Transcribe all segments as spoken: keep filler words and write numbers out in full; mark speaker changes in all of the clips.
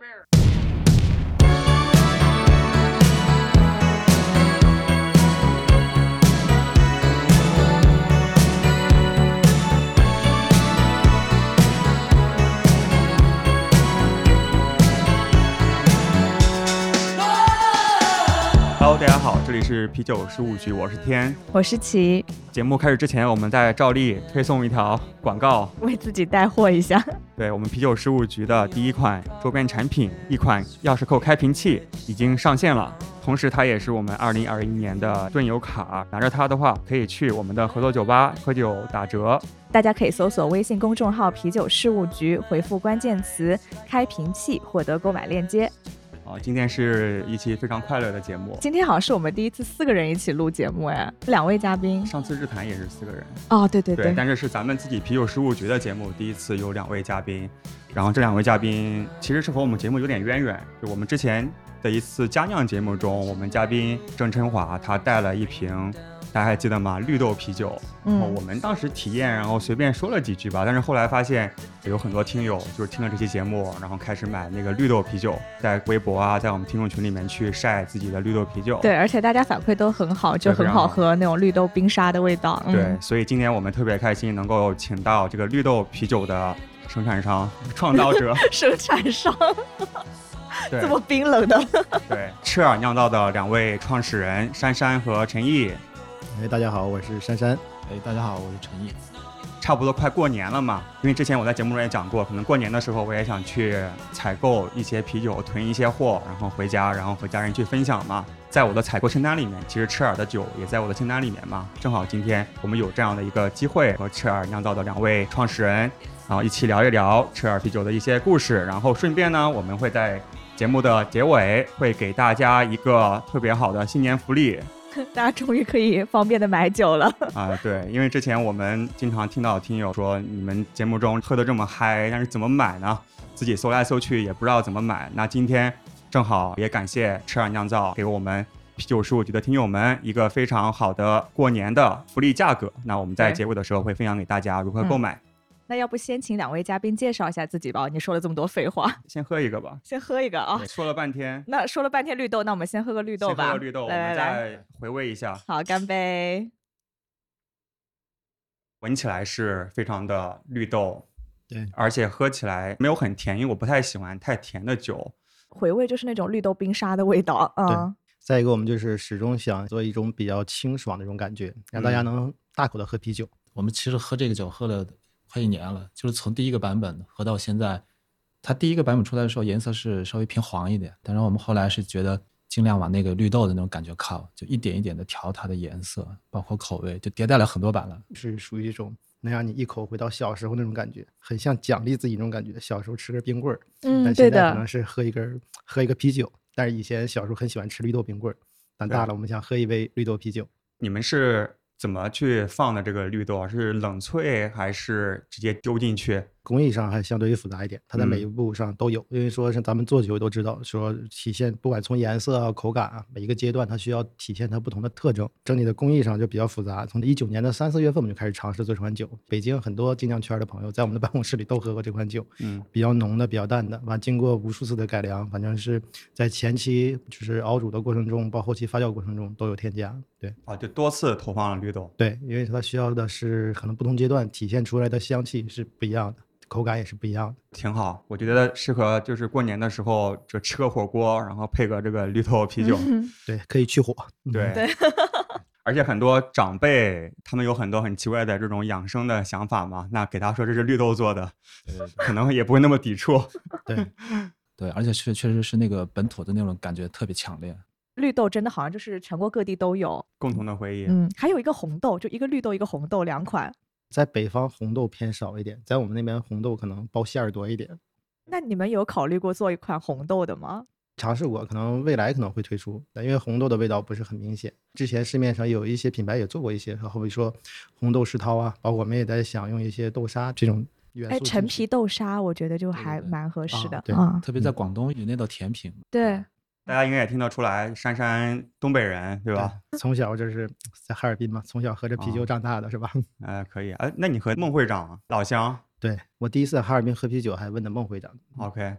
Speaker 1: Hello， 大家好，这里是啤酒事务局，我是天，
Speaker 2: 我是齐。
Speaker 1: 节目开始之前，我们再照例推送一条广告，
Speaker 2: 为自己带货一下。
Speaker 1: 对，我们啤酒事务局的第一款周边产品，一款钥匙扣开瓶器已经上线了，同时它也是我们二零二一年的盾友卡，拿着它的话可以去我们的合作酒吧喝酒打折。
Speaker 2: 大家可以搜索微信公众号啤酒事务局，回复关键词开瓶器获得购买链接。
Speaker 1: 哦，今天是一期非常快乐的节目。
Speaker 2: 今天好像是我们第一次四个人一起录节目，哎，两位嘉宾。
Speaker 1: 上次日坛也是四个人。
Speaker 2: 哦，对对
Speaker 1: 对, 对，但是是咱们自己啤酒事务局的节目，第一次有两位嘉宾。然后这两位嘉宾其实是和我们节目有点渊源，就我们之前的一次佳酿节目中，我们嘉宾郑琛华他带了一瓶，大家还记得吗？绿豆啤酒。然后我们当时体验，然后随便说了几句吧，但是后来发现有很多听友就是听了这期节目，然后开始买那个绿豆啤酒，在微博啊，在我们听众群里面去晒自己的绿豆啤酒。
Speaker 2: 对，而且大家反馈都很好，就很好喝，那种绿豆冰沙的味道。
Speaker 1: 对、嗯，所以今天我们特别开心能够请到这个绿豆啤酒的生产商、创造者、
Speaker 2: 生产商。这么冰冷的。
Speaker 1: 对，赤耳酿造的两位创始人珊珊和陈毅。
Speaker 3: 哎，大家好，我是珊珊。
Speaker 4: 哎，大家好，我是陈毅。
Speaker 1: 差不多快过年了嘛，因为之前我在节目中也讲过，可能过年的时候我也想去采购一些啤酒，囤一些货，然后回家，然后和家人去分享嘛。在我的采购清单里面，其实赤耳的酒也在我的清单里面嘛。正好今天我们有这样的一个机会，和赤耳酿造的两位创始人，然后一起聊一聊赤耳啤酒的一些故事，然后顺便呢，我们会在节目的结尾会给大家一个特别好的新年福利。
Speaker 2: 大家终于可以方便的买酒了
Speaker 1: 啊！对，因为之前我们经常听到听友说，你们节目中喝得这么嗨，但是怎么买呢？自己搜来搜去也不知道怎么买。那今天正好也感谢赤耳酿造给我们啤酒事务局的听友们一个非常好的过年的福利价格。那我们在结尾的时候会分享给大家如何购买。嗯，
Speaker 2: 那要不先请两位嘉宾介绍一下自己吧？你说了这么多废话，
Speaker 1: 先喝一个吧。
Speaker 2: 先喝一个啊！
Speaker 1: 说了半天，
Speaker 2: 那说了半天绿豆，那我们先喝个绿豆吧。
Speaker 1: 先喝个绿豆，
Speaker 2: 来来来，
Speaker 1: 我们再回味一下。
Speaker 2: 好，干杯！
Speaker 1: 闻起来是非常的绿豆，
Speaker 3: 对，
Speaker 1: 而且喝起来没有很甜，因为我不太喜欢太甜的酒。
Speaker 2: 回味就是那种绿豆冰沙的味道。嗯，
Speaker 3: 对。再一个，我们就是始终想做一种比较清爽的这种感觉，让大家能大口的喝啤酒。
Speaker 4: 嗯，我们其实喝这个酒喝了快一年了，就是从第一个版本喝到现在。它第一个版本出来的时候颜色是稍微偏黄一点，但是我们后来是觉得尽量往那个绿豆的那种感觉靠，就一点一点的调它的颜色包括口味，就迭代了很多版了。
Speaker 3: 是属于一种能让你一口回到小时候那种感觉，很像奖励自己那种感觉。小时候吃根冰棍儿，
Speaker 2: 嗯，
Speaker 3: 但现在可能是喝一根喝一个啤酒，但是以前小时候很喜欢吃绿豆冰棍儿，但大了我们想喝一杯绿豆啤酒。
Speaker 1: 你们是怎么去放的这个绿豆？是冷萃还是直接丢进去？
Speaker 3: 工艺上还相对于复杂一点，它在每一步上都有。嗯，因为说是咱们做酒都知道，说体现不管从颜色啊、口感啊，每一个阶段它需要体现它不同的特征。整体的工艺上就比较复杂。从一九年的三四月份我们就开始尝试做这款酒，北京很多精酿圈的朋友在我们的办公室里都喝过这款酒。嗯，比较浓的、比较淡的，完经过无数次的改良，反正是在前期就是熬煮的过程中，包括后期发酵过程中都有添加。对，
Speaker 1: 啊，就多次投放了绿豆。
Speaker 3: 对，因为它需要的是可能不同阶段体现出来的香气是不一样的，口感也是不一样的。
Speaker 1: 挺好，我觉得适合就是过年的时候就吃个火锅，然后配个这个绿豆啤酒。
Speaker 2: 嗯，
Speaker 3: 对，可以去火。
Speaker 1: 对
Speaker 2: 对。
Speaker 1: 而且很多长辈他们有很多很奇怪的这种养生的想法嘛，那给他说这是绿豆做的，
Speaker 4: 对对对，
Speaker 1: 可能也不会那么抵触。
Speaker 3: 对
Speaker 4: 对，而且确确实是那个本土的那种感觉特别强烈。
Speaker 2: 绿豆真的好像就是全国各地都有
Speaker 1: 共同的回忆。
Speaker 2: 嗯，还有一个红豆，就一个绿豆一个红豆两款。
Speaker 3: 在北方红豆偏少一点，在我们那边红豆可能包馅儿多一点。
Speaker 2: 那你们有考虑过做一款红豆的吗？
Speaker 3: 尝试过，可能未来可能会推出，但因为红豆的味道不是很明显。之前市面上有一些品牌也做过一些，好比说红豆世涛啊，包括我们也在想用一些豆沙这种元素。
Speaker 2: 哎，陈皮豆沙我觉得就还蛮合适的。
Speaker 3: 对，
Speaker 2: 啊，
Speaker 4: 特别在广东有那道甜品。
Speaker 2: 对，
Speaker 1: 大家应该也听得出来，珊珊东北人对吧？
Speaker 3: 对，从小就是在哈尔滨嘛，从小喝着啤酒长大的，是吧？
Speaker 1: 呃，可以。哎，那你和孟会长老乡？
Speaker 3: 对，我第一次在哈尔滨喝啤酒还问的孟会长。
Speaker 1: OK，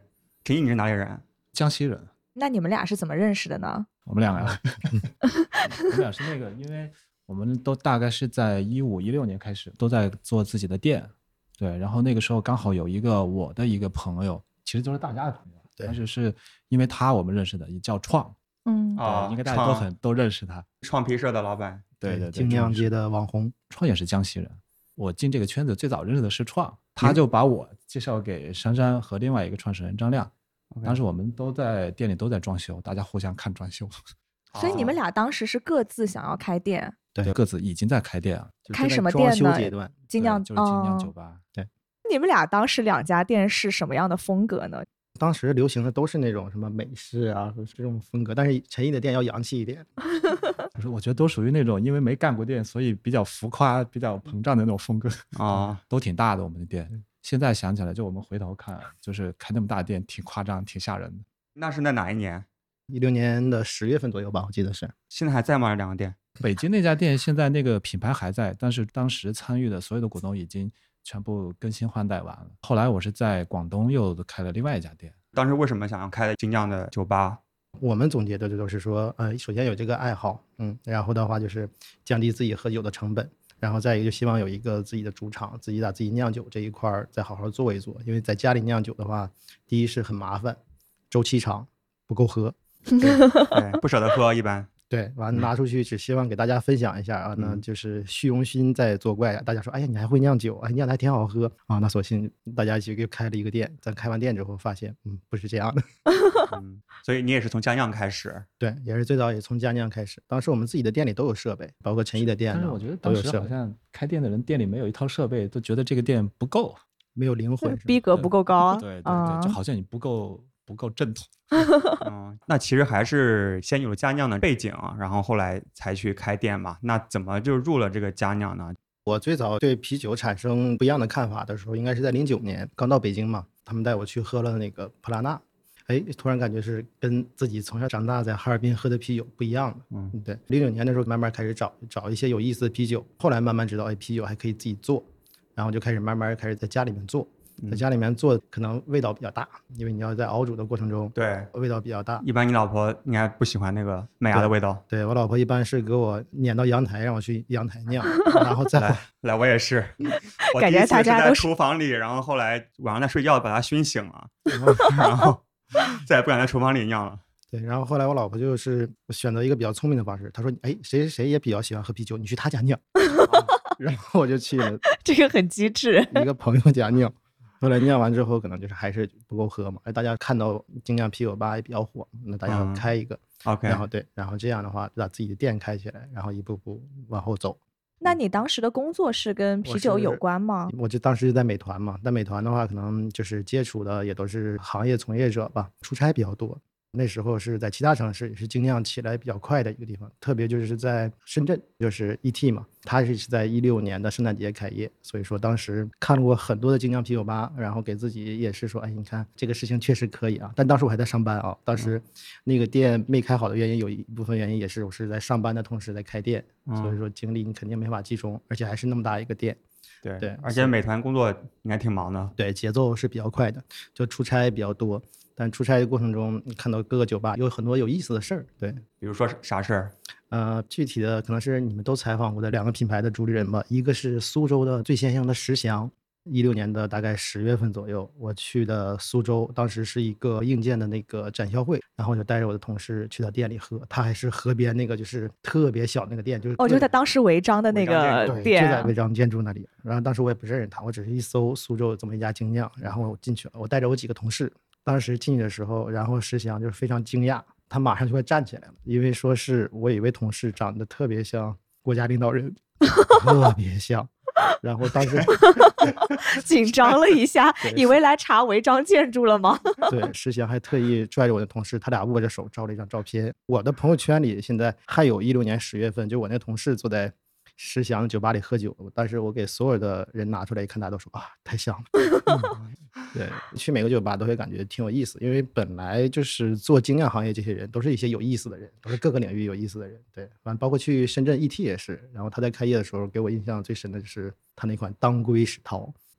Speaker 1: 陈毅，你是哪里人？
Speaker 4: 江西人。
Speaker 2: 那你们俩是怎么认识的呢？
Speaker 4: 我们两个，我们俩是那个，因为我们都大概是在一五一六年开始都在做自己的店，对，然后那个时候刚好有一个我的一个朋友，其实就是大家的朋友，
Speaker 3: 对，
Speaker 4: 但是是因为他我们认识的，也叫创，
Speaker 2: 嗯，
Speaker 1: 啊、
Speaker 4: 对，应该大家都很都认识他，
Speaker 1: 创皮社的老板，
Speaker 4: 对对对，
Speaker 3: 精酿街的网红。
Speaker 4: 创也是江西人，我进这个圈子最早认识的是创，他就把我介绍给珊珊和另外一个创始人张亮。当时我们都在店里都在装修，大家互相看装修。
Speaker 2: 所以你们俩当时是各自想要开店？
Speaker 4: 对，各自已经在开店了。
Speaker 2: 开什么店呢？
Speaker 3: 阶段，
Speaker 2: 精酿，
Speaker 4: 就是精酿酒吧。
Speaker 3: 对，
Speaker 2: 你们俩当时两家店是什么样的风格呢？
Speaker 3: 当时流行的都是那种什么美式啊，这种风格，但是陈毅的店要洋气一点。
Speaker 4: 就是我觉得都属于那种因为没干过店，所以比较浮夸、比较膨胀的那种风格
Speaker 1: 啊，
Speaker 4: 都挺大的我们的店。现在想起来，就我们回头看，就是开那么大店，挺夸张，挺吓人的。
Speaker 1: 那是在哪一年？
Speaker 3: 一六年的十月份左右吧，我记得是。
Speaker 1: 现在还在吗？两个店？
Speaker 4: 北京那家店现在那个品牌还在，但是当时参与的所有的股东已经全部更新换代完了。后来我是在广东又开了另外一家店。
Speaker 1: 当时为什么想要开精酿的酒吧？
Speaker 3: 我们总结的就是说，呃，首先有这个爱好，嗯，然后的话就是降低自己喝酒的成本。然后再一个就希望有一个自己的主场，自己把自己酿酒这一块再好好做一做，因为在家里酿酒的话，第一是很麻烦，周期长，不够喝，
Speaker 1: 对，对不舍得喝一般。
Speaker 3: 对，完拿出去只希望给大家分享一下啊，那就是虚荣心在作怪，大家说，哎呀，你还会酿酒，哎，酿的还挺好喝啊，那索性大家一起又开了一个店。咱开完店之后发现，嗯，不是这样的。
Speaker 1: 嗯，所以你也是从家酿开始？
Speaker 3: 对，也是最早也从家酿开始。当时我们自己的店里都有设备，包括陈毅的店，
Speaker 4: 但是我觉得当时好像开店的人店里没有一套设备，都觉得这个店不够，
Speaker 3: 没有灵魂，
Speaker 2: 逼格不够高。
Speaker 4: 对对对，就好像你不够。不够正统。
Speaker 1: 嗯，那其实还是先有了家酿的背景，然后后来才去开店嘛。那怎么就入了这个家酿呢？
Speaker 3: 我最早对啤酒产生不一样的看法的时候，应该是在零九年刚到北京嘛，他们带我去喝了那个普拉纳，哎，突然感觉是跟自己从小长大在哈尔滨喝的啤酒不一样的。嗯，对，零九年的时候慢慢开始找找一些有意思的啤酒，后来慢慢知道，哎，啤酒还可以自己做，然后就开始慢慢开始在家里面做。在家里面做可能味道比较大，因为你要在熬煮的过程中，
Speaker 1: 对，
Speaker 3: 味道比较大。
Speaker 1: 一般你老婆应该不喜欢那个麦芽的味道。
Speaker 3: 对，对我老婆一般是给我撵到阳台，让我去阳台酿，然后再
Speaker 1: 来来，我也是，我第一次是在厨房里，然后后来晚上在睡觉把她熏醒了，然后再也不敢在厨房里酿了。
Speaker 3: 对，然后后来我老婆就是选择一个比较聪明的方式，她说：“哎，谁谁谁也比较喜欢喝啤酒，你去他家酿。”然后我就去了，
Speaker 2: 这个很机智，
Speaker 3: 一个朋友家酿。后来酿完之后，可能就是还是不够喝嘛。哎，大家看到精酿啤酒吧也比较火，那大家开一个、
Speaker 1: 嗯、，OK，
Speaker 3: 然后对，然后这样的话把自己的店开起来，然后一步步往后走。
Speaker 2: 那你当时的工作是跟啤酒有关吗？
Speaker 3: 我就当时就在美团嘛，在美团的话，可能就是接触的也都是行业从业者吧，出差比较多。那时候是在其他城市也是精酿起来比较快的一个地方，特别就是在深圳，就是 E T 嘛，它是在一六年的圣诞节开业，所以说当时看过很多的精酿啤酒吧，然后给自己也是说，哎，你看这个事情确实可以啊。但当时我还在上班啊，当时那个店没开好的原因有一部分原因也是我是在上班的同时在开店，
Speaker 1: 嗯、
Speaker 3: 所以说精力你肯定没法集中，而且还是那么大一个店。
Speaker 1: 对
Speaker 3: 对，
Speaker 1: 而且美团工作应该挺忙的。
Speaker 3: 对，节奏是比较快的，就出差比较多。但出差的过程中，你看到各个酒吧有很多有意思的事儿。对，
Speaker 1: 比如说啥事儿？
Speaker 3: 呃，具体的可能是你们都采访过的两个品牌的主理人吧。一个是苏州的最先香的十祥，一六年的大概十月份左右，我去的苏州，当时是一个硬件的那个展销会，然后就带着我的同事去到店里喝。他还是河边那个就是特别小那个店，就是
Speaker 2: 哦，就是他当时违章的那个
Speaker 3: 店，就在违章建筑那里。然后当时我也不认识他，我只是一搜苏州有这么一家精酿，然后我进去了，我带着我几个同事。当时进去的时候，然后石祥就是非常惊讶，他马上就会站起来了，因为说是我以为同事长得特别像国家领导人，特别像，然后当时
Speaker 2: 紧张了一下，以为来查违章建筑了吗？
Speaker 3: 对，石祥还特意拽着我的同事，他俩握着手照了一张照片。我的朋友圈里现在还有一六年十月份，就我那同事坐在石祥酒吧里喝酒，但是我给所有的人拿出来一看，大家都说啊，太像了。嗯对，去每个酒吧都会感觉挺有意思，因为本来就是做精酿行业，这些人都是一些有意思的人，都是各个领域有意思的人。对，反正包括去深圳 E T 也是，然后他在开业的时候给我印象最深的就是他那款当归石涛，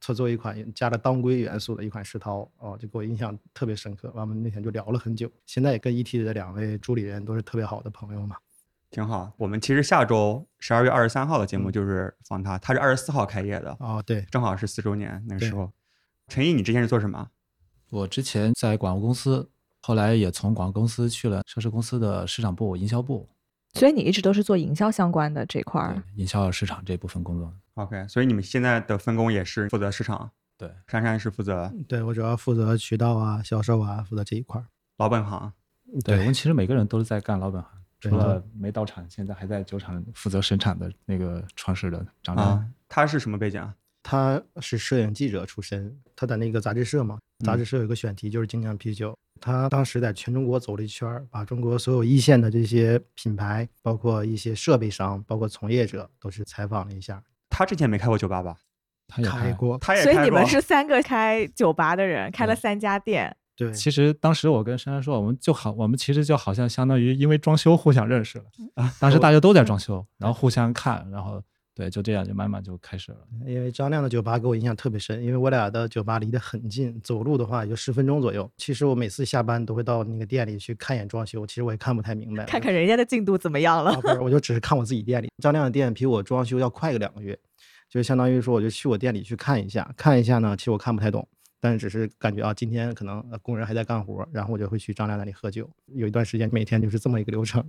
Speaker 3: 它作为一款加了当归元素的一款世涛哦，就给我印象特别深刻。我们那天就聊了很久，现在也跟 E T 的两位主理人都是特别好的朋友嘛。
Speaker 1: 挺好。我们其实下周十二月二十三号的节目就是访他，他是二十四号开业的
Speaker 3: 哦，对，
Speaker 1: 正好是四周年那个时候。陈毅，你之前是做什么？
Speaker 4: 我之前在广告公司，后来也从广告公司去了上市公司的市场部、营销部。
Speaker 2: 所以你一直都是做营销相关的这块儿，
Speaker 4: 营销市场这部分工作。
Speaker 1: OK， 所以你们现在的分工也是负责市场。
Speaker 4: 对，
Speaker 1: 珊珊是负责，
Speaker 3: 对我主要负责渠道啊、销售啊，负责这一块。
Speaker 1: 老本行。
Speaker 4: 对，我们其实每个人都是在干老本行，
Speaker 3: 对
Speaker 4: 除了没到厂，现在还在酒厂负责生产的那个创始的张亮。
Speaker 1: 啊，他是什么背景啊？
Speaker 3: 他是摄影记者出身，他在那个杂志社嘛，杂志社有个选题就是精酿啤酒。他当时在全中国走了一圈，把中国所有一线的这些品牌，包括一些设备商，包括从业者，都是采访了一下。
Speaker 1: 他之前没开过酒吧吧？
Speaker 4: 他也
Speaker 3: 开过，
Speaker 1: 他也开过。
Speaker 2: 所以你们是三个开酒吧的人，开了三家店。
Speaker 3: 对，
Speaker 4: 其实当时我跟珊珊说，我们就好，我们其实就好像相当于因为装修互相认识了。当时大家都在装修，然后互相看，然后对，就这样就慢慢就开始了。
Speaker 3: 因为张亮的酒吧给我印象特别深，因为我俩的酒吧离得很近，走路的话也就十分钟左右。其实我每次下班都会到那个店里去看一眼装修，其实我也看不太明白，
Speaker 2: 看看人家的进度怎么样了。
Speaker 3: 啊、不是，我就只是看我自己店里。张亮的店比我装修要快个两个月，就相当于说我就去我店里去看一下，看一下呢，其实我看不太懂。但是只是感觉啊，今天可能工人还在干活，然后我就会去张亮那里喝酒。有一段时间每天就是这么一个流程。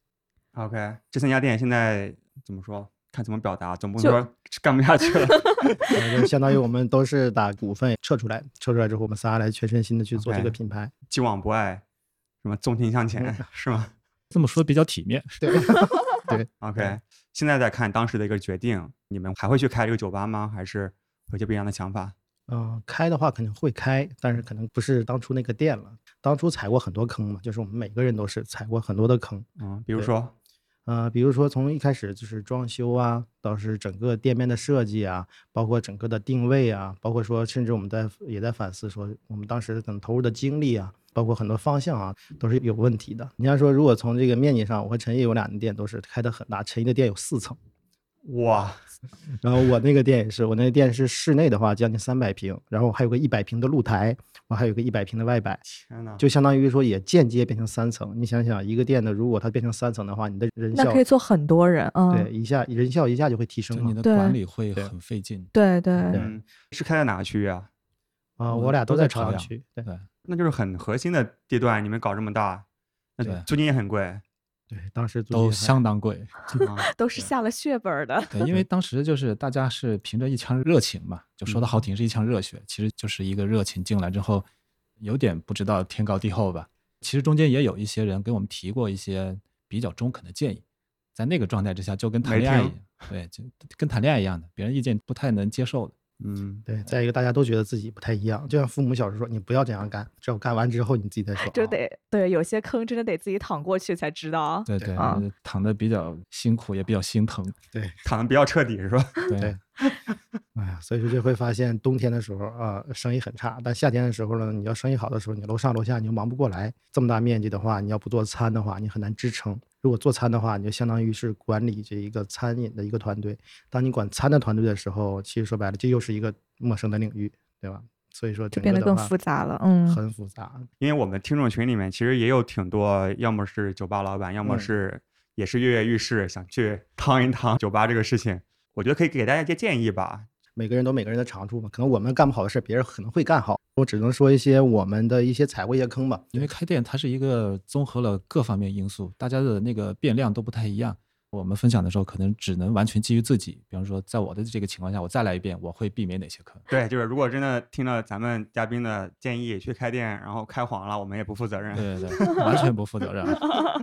Speaker 1: OK， 这三家店现在怎么说？看怎么表达，总不能说干不下去了。
Speaker 3: 就相当于我们都是把股份撤出来，撤出来之后，我们仨来全身心的去做这个品牌。
Speaker 1: 既往不碍，什么纵情向前，嗯、是吗？
Speaker 4: 这么说比较体面。
Speaker 3: 对对。
Speaker 1: OK， 现在再看当时的一个决定，你们还会去开这个酒吧吗？还是有些不一样的想法？
Speaker 3: 嗯、呃，开的话肯定会开，但是可能不是当初那个店了。当初踩过很多坑嘛，就是我们每个人都是踩过很多的坑。
Speaker 1: 嗯，比如说，
Speaker 3: 呃，比如说从一开始就是装修啊，到是整个店面的设计啊，包括整个的定位啊，包括说甚至我们在也在反思说，我们当时可能投入的精力啊，包括很多方向啊，都是有问题的。你要说如果从这个面积上，我和陈毅我俩的店都是开得很大，陈毅的店有四层。
Speaker 1: 哇，
Speaker 3: 然后我那个店也是，我那个店是室内的话将近三百平，然后还有个一百平的露台，我还有个一百平的外摆，
Speaker 1: 天哪，
Speaker 3: 就相当于说也间接变成三层。你想想，一个店的如果它变成三层的话，你的人效
Speaker 2: 那可以坐很多人，嗯，
Speaker 3: 对，一下人效一下就会提升了，
Speaker 4: 你的管理会很费劲。
Speaker 2: 对对，
Speaker 1: 嗯，是开在哪个区域啊？
Speaker 3: 啊、呃，我俩都在朝阳区，对
Speaker 4: 对，
Speaker 1: 那就是很核心的地段，你们搞这么大，那租金也很贵。
Speaker 3: 对，当时
Speaker 4: 都相当贵，
Speaker 2: 都是下了血本的。
Speaker 4: 对，因为当时就是大家是凭着一腔热情嘛，就说的好听是一腔热血，其实就是一个热情进来之后，有点不知道天高地厚吧。其实中间也有一些人给我们提过一些比较中肯的建议，在那个状态之下，就跟谈恋爱一样，对，就跟谈恋爱一样的，别人意见不太能接受的。
Speaker 1: 嗯，
Speaker 3: 对，再一个大家都觉得自己不太一样，就像父母小时候说你不要这样干，只有干完之后你自己再说，
Speaker 2: 就得对有些坑真的得自己躺过去才知道。
Speaker 4: 对对，
Speaker 2: 啊、
Speaker 4: 躺得比较辛苦，也比较心疼。
Speaker 3: 对，
Speaker 1: 躺得比较彻底是吧？
Speaker 4: 对。
Speaker 3: 对哎呀，所以说就会发现冬天的时候啊，生意很差，但夏天的时候呢，你要生意好的时候，你楼上楼下你就忙不过来。这么大面积的话，你要不做餐的话，你很难支撑。如果做餐的话，你就相当于是管理这一个餐饮的一个团队。当你管餐的团队的时候，其实说白了，这又是一个陌生的领域，对吧？所以说
Speaker 2: 就变得更复杂了，嗯，
Speaker 3: 很复杂。
Speaker 1: 因为我们听众群里面其实也有挺多，要么是酒吧老板，要么是也是跃跃欲试，想去趟一趟酒吧这个事情。我觉得可以给大家一些建议吧。
Speaker 3: 每个人都每个人的长处嘛，可能我们干不好的事，别人可能会干好。我只能说一些我们的一些踩过一些坑吧。
Speaker 4: 因为开店它是一个综合了各方面因素，大家的那个变量都不太一样。我们分享的时候可能只能完全基于自己，比方说在我的这个情况下，我再来一遍，我会避免哪些坑。
Speaker 1: 对，就是如果真的听了咱们嘉宾的建议去开店，然后开黄了，我们也不负责任。
Speaker 4: 对对对，完全不负责任。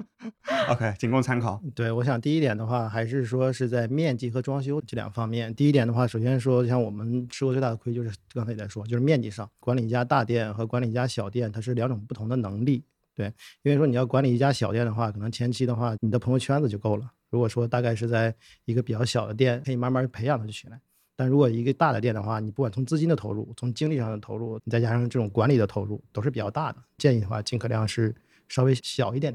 Speaker 1: OK， 仅供参考。
Speaker 3: 对，我想第一点的话，还是说是在面积和装修这两方面。第一点的话，首先说，像我们吃过最大的亏，就是刚才也在说，就是面积上，管理一家大店和管理一家小店，它是两种不同的能力。对，因为说你要管理一家小店的话，可能前期的话，你的朋友圈子就够了。如果说大概是在一个比较小的店，可以慢慢培养它起来。但如果一个大的店的话，你不管从资金的投入，从精力上的投入，你再加上这种管理的投入，都是比较大的。建议的话，尽可量是稍微小一点的店，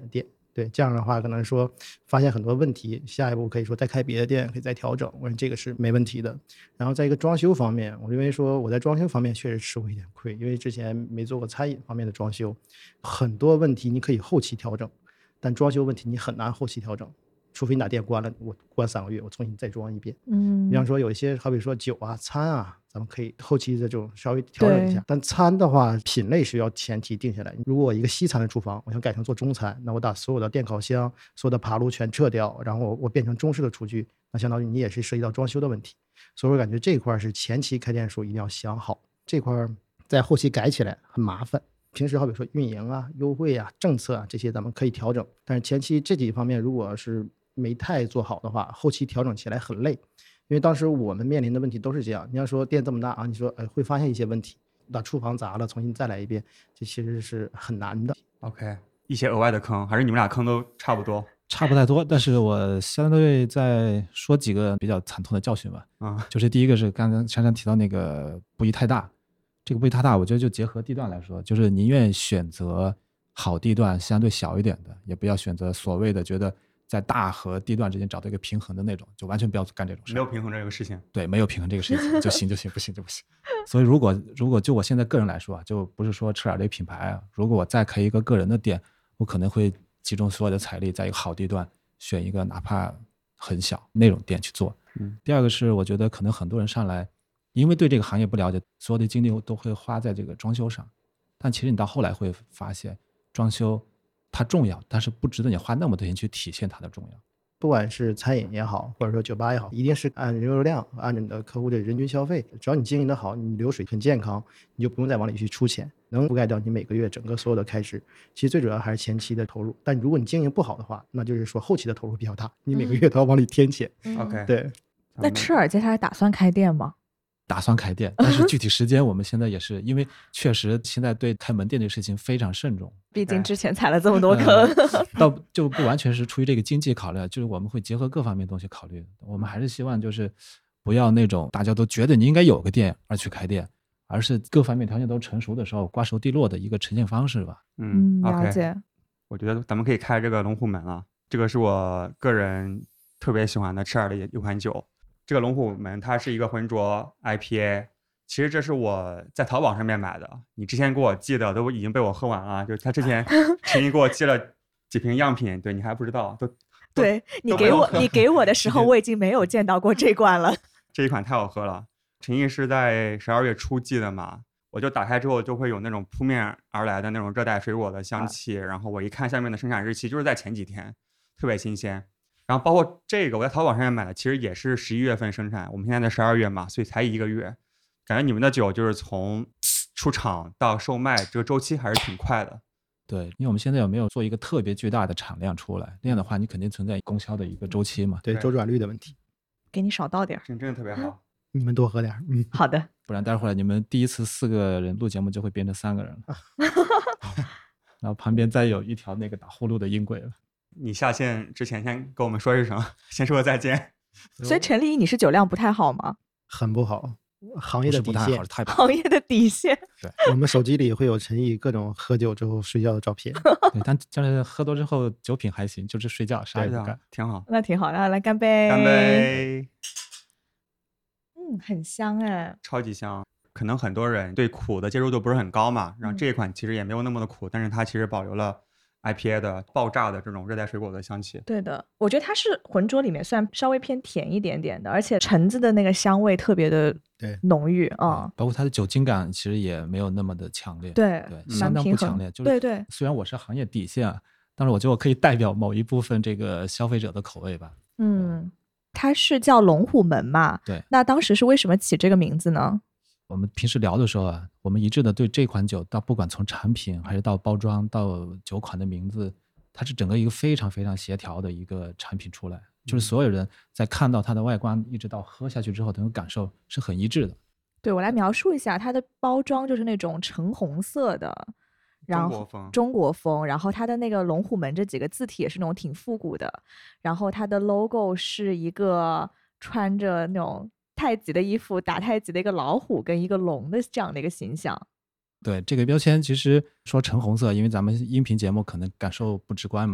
Speaker 3: 对，这样的话可能说发现很多问题，下一步可以说再开别的店，可以再调整，我认为这个是没问题的。然后在一个装修方面，我认为说我在装修方面确实吃过一点亏，因为之前没做过餐饮方面的装修，很多问题你可以后期调整，但装修问题你很难后期调整，除非你把店关了，我关三个月，我重新再装一遍。
Speaker 2: 嗯，
Speaker 3: 比方说有一些好比说酒啊、餐啊，咱们可以后期的这种稍微调整一下。但餐的话，品类是要前提定下来。如果我一个西餐的厨房，我想改成做中餐，那我把所有的电烤箱、所有的爬炉全撤掉，然后我我变成中式的厨具，那相当于你也是涉及到装修的问题。所以我感觉这一块是前期开店的时候一定要想好，这块在后期改起来很麻烦。平时好比说运营啊、优惠啊、政策啊这些咱们可以调整，但是前期这几方面如果是没太做好的话，后期调整起来很累。因为当时我们面临的问题都是这样，你要说店这么大啊，你说呃会发现一些问题，把厨房砸了重新再来一遍，这其实是很难的。
Speaker 1: OK， 一些额外的坑，还是你们俩坑都差不多？
Speaker 4: 差不太多，但是我相对再说几个比较惨痛的教训吧。
Speaker 1: 啊，
Speaker 4: 就是第一个是刚刚珊珊提到那个不宜太大，这个不宜太大，我觉得就结合地段来说，就是宁愿选择好地段相对小一点的，也不要选择所谓的觉得在大和地段之间找到一个平衡的那种，就完全不要干这种事。
Speaker 1: 没有平衡这个事情。
Speaker 4: 对，没有平衡这个事情就行就行，不行就不行。所以如果如果就我现在个人来说啊，就不是说赤耳这个品牌啊，如果我再开一个个人的店，我可能会集中所有的财力在一个好地段，选一个哪怕很小那种店去做。
Speaker 1: 嗯，
Speaker 4: 第二个是我觉得可能很多人上来，因为对这个行业不了解，所有的精力都会花在这个装修上，但其实你到后来会发现，装修它重要，但是不值得你花那么多钱去体现它的重要。
Speaker 3: 不管是餐饮也好，或者说酒吧也好，一定是按人流量，按你的客户的人均消费，只要你经营的好，你流水很健康，你就不用再往里去出钱，能覆盖掉你每个月整个所有的开支。其实最主要还是前期的投入，但如果你经营不好的话，那就是说后期的投入比较大，你每个月都要往里添钱。
Speaker 2: 嗯
Speaker 1: OK，
Speaker 3: 对。
Speaker 2: 那赤耳接下来打算开店吗？
Speaker 4: 打算开店，但是具体时间我们现在也是因为确实现在对开门店这个事情非常慎重，
Speaker 2: 毕竟之前踩了这么多坑。
Speaker 4: 呃、倒就不完全是出于这个经济考虑，就是我们会结合各方面东西考虑。我们还是希望就是不要那种大家都觉得你应该有个店而去开店，而是各方面条件都成熟的时候瓜熟蒂落的一个呈现方式吧。
Speaker 1: 嗯，
Speaker 2: 了解。
Speaker 1: okay， 我觉得咱们可以开这个龙虎门了，这个是我个人特别喜欢的赤耳的一款酒。这个龙虎门它是一个浑浊 I P A， 其实这是我在淘宝上面买的，你之前给我寄的都已经被我喝完了，就是他之前陈毅给我寄了几瓶样品，对，你还不知道，都
Speaker 2: 对你给我你给我的时候，我已经没有见到过这罐了。
Speaker 1: 这一款太好喝了，陈毅是在十二月初寄的嘛，我就打开之后就会有那种扑面而来的那种热带水果的香气，然后我一看下面的生产日期就是在前几天，特别新鲜。然后包括这个我在淘宝上面买的，其实也是十一月份生产，我们现在在十二月嘛，所以才一个月。感觉你们的酒就是从出厂到售卖这个周期还是挺快的。
Speaker 4: 对，因为我们现在有没有做一个特别巨大的产量出来，那样的话你肯定存在供销的一个周期嘛。
Speaker 3: 对，周转率的问题。
Speaker 2: 给你少倒点，
Speaker 1: 真真的特别好。
Speaker 3: 你们多喝点。嗯，
Speaker 2: 好的。
Speaker 4: 不然待会儿你们第一次四个人录节目就会变成三个人了。然后旁边再有一条那个打呼噜的音轨了。
Speaker 1: 你下线之前先跟我们说一声，先说个再见。
Speaker 2: 所以陈立，你是酒量不太好吗？
Speaker 3: 很不好，行业的底线，
Speaker 4: 太不
Speaker 2: 行业的底线。
Speaker 4: 对，
Speaker 3: 我们手机里会有陈毅各种喝酒之后睡觉的照片。
Speaker 4: 对，但就是喝多之后酒品还行，就是睡觉啥也不干，
Speaker 1: 挺好。
Speaker 2: 那挺好，来来干杯！
Speaker 1: 干杯！
Speaker 2: 嗯，很香哎，
Speaker 1: 超级香。可能很多人对苦的接受度不是很高嘛，然后这一款其实也没有那么的苦，但是它其实保留了I P A 的爆炸的这种热带水果的香气。
Speaker 2: 对的，我觉得它是浑浊里面算稍微偏甜一点点的，而且橙子的那个香味特别的浓郁啊、嗯，
Speaker 4: 包括它的酒精感其实也没有那么的强烈。
Speaker 2: 对
Speaker 4: 对，相当不强烈。就是
Speaker 2: 对对，
Speaker 4: 虽然我是行业底线啊，但是我觉得我可以代表某一部分这个消费者的口味吧。
Speaker 2: 嗯，它是叫龙虎门嘛？
Speaker 4: 对。
Speaker 2: 那当时是为什么起这个名字呢？
Speaker 4: 我们平时聊的时候啊，我们一致的对这款酒，到不管从产品还是到包装到酒款的名字，它是整个一个非常非常协调的一个产品出来，就是所有人在看到它的外观一直到喝下去之后的那种感受是很一致的。
Speaker 2: 对，我来描述一下它的包装，就是那种橙红色的，然后
Speaker 1: 中国风，
Speaker 2: 中国风，然后它的那个龙虎门这几个字体也是那种挺复古的，然后它的 logo 是一个穿着那种太极的衣服打太极的一个老虎跟一个龙的这样的一个形象。
Speaker 4: 对，这个标签其实说橙红色，因为咱们音频节目可能感受不直观嘛，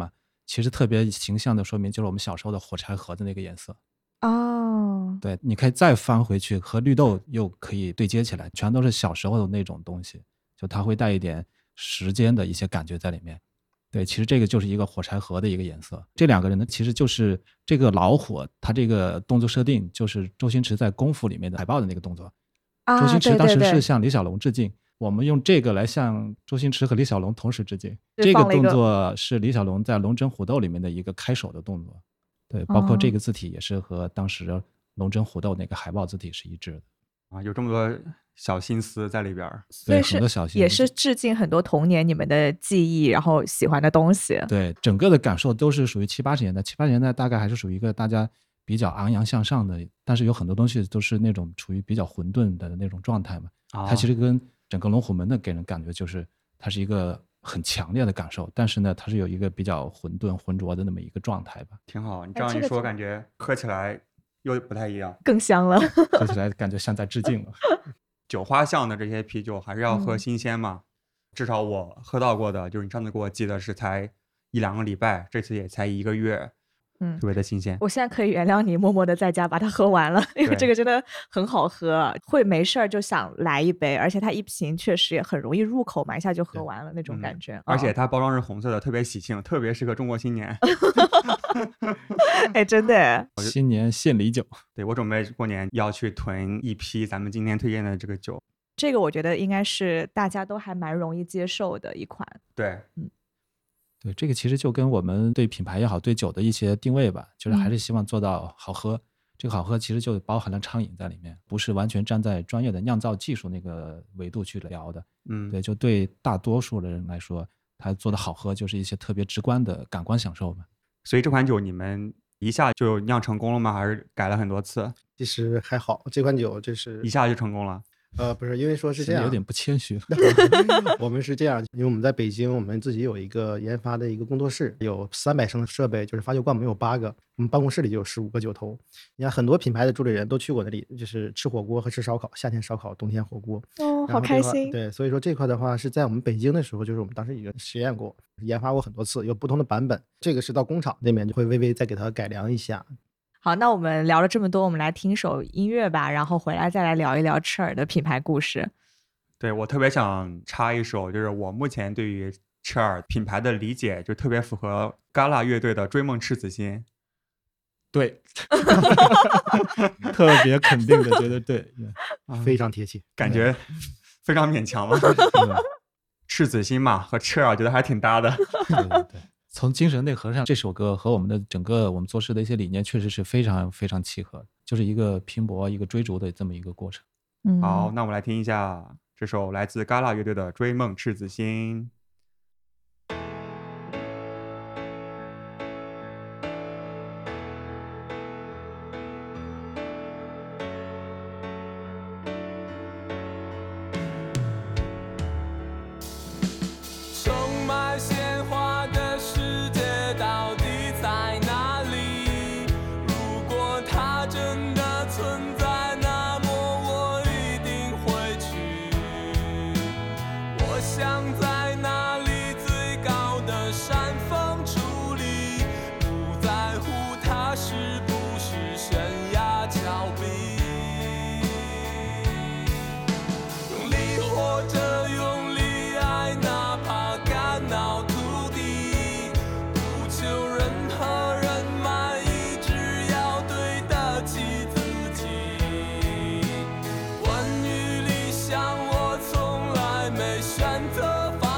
Speaker 4: 其实特别形象的说明就是我们小时候的火柴盒的那个颜色。
Speaker 2: 哦，
Speaker 4: 对，你可以再翻回去，和绿豆又可以对接起来，全都是小时候的那种东西，就它会带一点时间的一些感觉在里面。对，其实这个就是一个火柴盒的一个颜色。这两个人呢，其实就是这个老火，他这个动作设定就是周星驰在功夫里面的海报的那个动作。
Speaker 2: 啊，
Speaker 4: 周星驰当时
Speaker 2: 对对对
Speaker 4: 是向李小龙致敬，我们用这个来向周星驰和李小龙同时致敬。这个
Speaker 2: 是放了一个
Speaker 4: 动作是李小龙在《龙争虎斗》里面的一个开手的动作。对，包括这个字体也是和当时《龙争虎斗》那个海报字体是一致的。
Speaker 1: 啊，有这么多小心思在里边儿。
Speaker 4: 对，
Speaker 2: 所以是
Speaker 4: 很多小心
Speaker 2: 也是致敬很多童年你们的记忆，然后喜欢的东西。
Speaker 4: 对，整个的感受都是属于七八十年代，七八十年代大概还是属于一个大家比较昂扬向上的，但是有很多东西都是那种处于比较混沌的那种状态嘛。
Speaker 1: 哦
Speaker 4: 它其实跟整个龙虎门的给人感觉就是它是一个很强烈的感受，但是呢，它是有一个比较混沌浑浊的那么一个状态吧。
Speaker 1: 挺好。你这样一说，
Speaker 2: 哎这个就
Speaker 1: 感觉喝起来又不太一样。
Speaker 2: 更香了。
Speaker 4: 喝起来感觉像在致敬了。
Speaker 1: 酒花巷的这些啤酒还是要喝
Speaker 2: 嗯
Speaker 1: 新鲜嘛，至少我喝到过的，就是你上次给我寄的是才一两个礼拜，这次也才一个月，
Speaker 2: 嗯
Speaker 1: 特别的新鲜。
Speaker 2: 我现在可以原谅你默默的在家把它喝完了，因为
Speaker 1: 对
Speaker 2: 这个真的很好喝，会没事儿就想来一杯，而且它一瓶确实也很容易入口嘛，一下就喝完了那种
Speaker 1: 嗯
Speaker 2: 感觉。
Speaker 1: 而且
Speaker 2: 嗯
Speaker 1: 它包装是红色的，特别喜庆，特别适合中国新年。
Speaker 2: 哎，真的耶，
Speaker 4: 新年献礼酒。
Speaker 1: 对，我准备过年要去囤一批咱们今天推荐的这个酒。
Speaker 2: 这个我觉得应该是大家都还蛮容易接受的一款。
Speaker 1: 对，
Speaker 4: 对，这个其实就跟我们对品牌也好，对酒的一些定位吧，就是还是希望做到好喝。这个好喝其实就包含了畅饮在里面，不是完全站在专业的酿造技术那个维度去聊的。
Speaker 1: 嗯，
Speaker 4: 对，就对大多数的人来说，他做的好喝就是一些特别直观的感官享受嘛。
Speaker 1: 所以这款酒你们一下就酿成功了吗？还是改了很多次？
Speaker 3: 其实还好，这款酒就是
Speaker 1: 一下就成功了？
Speaker 3: 呃，不是，因为说是这样，
Speaker 4: 有点不谦虚。
Speaker 3: 我们是这样，因为我们在北京，我们自己有一个研发的一个工作室，有三百升的设备，就是发酒罐我们有八个，我们办公室里就有十五个酒头。你看很多品牌的助理人都去过那里，就是吃火锅和吃烧烤，夏天烧烤，冬天火锅。
Speaker 2: 哦，
Speaker 3: 然后这块
Speaker 2: 好开心。
Speaker 3: 对，所以说这块的话是在我们北京的时候，就是我们当时已经实验过，研发过很多次，有不同的版本。这个是到工厂那边就会微微再给它改良一下。
Speaker 2: 好，那我们聊了这么多，我们来听首音乐吧，然后回来再来聊一聊赤耳的品牌故事。
Speaker 1: 对，我特别想插一首，就是我目前对于赤耳品牌的理解，就特别符合嘎啦乐队的《追梦赤子心》。
Speaker 4: 对，特别肯定的觉得对，
Speaker 3: 非常贴切，
Speaker 1: 感觉非常勉强嘛。赤子心嘛，和赤耳觉得还挺搭的。
Speaker 4: 对对对，从精神内核上，这首歌和我们的整个我们做事的一些理念确实是非常非常契合的，就是一个拼搏、一个追逐的这么一个过程。
Speaker 2: 嗯，
Speaker 1: 好，那我们来听一下这首来自嘎啦乐队的《追梦赤子心》。
Speaker 5: 充满鲜花的世界到底在哪里？如果它真的存在，那么我一定会去。我想在那里最高的山峰矗立，不在乎它是不是悬崖峭壁。用力活着，用力爱，哪怕肝脑涂地，不求任何人满意，只要对得起自己。关于理想，我从来没选择放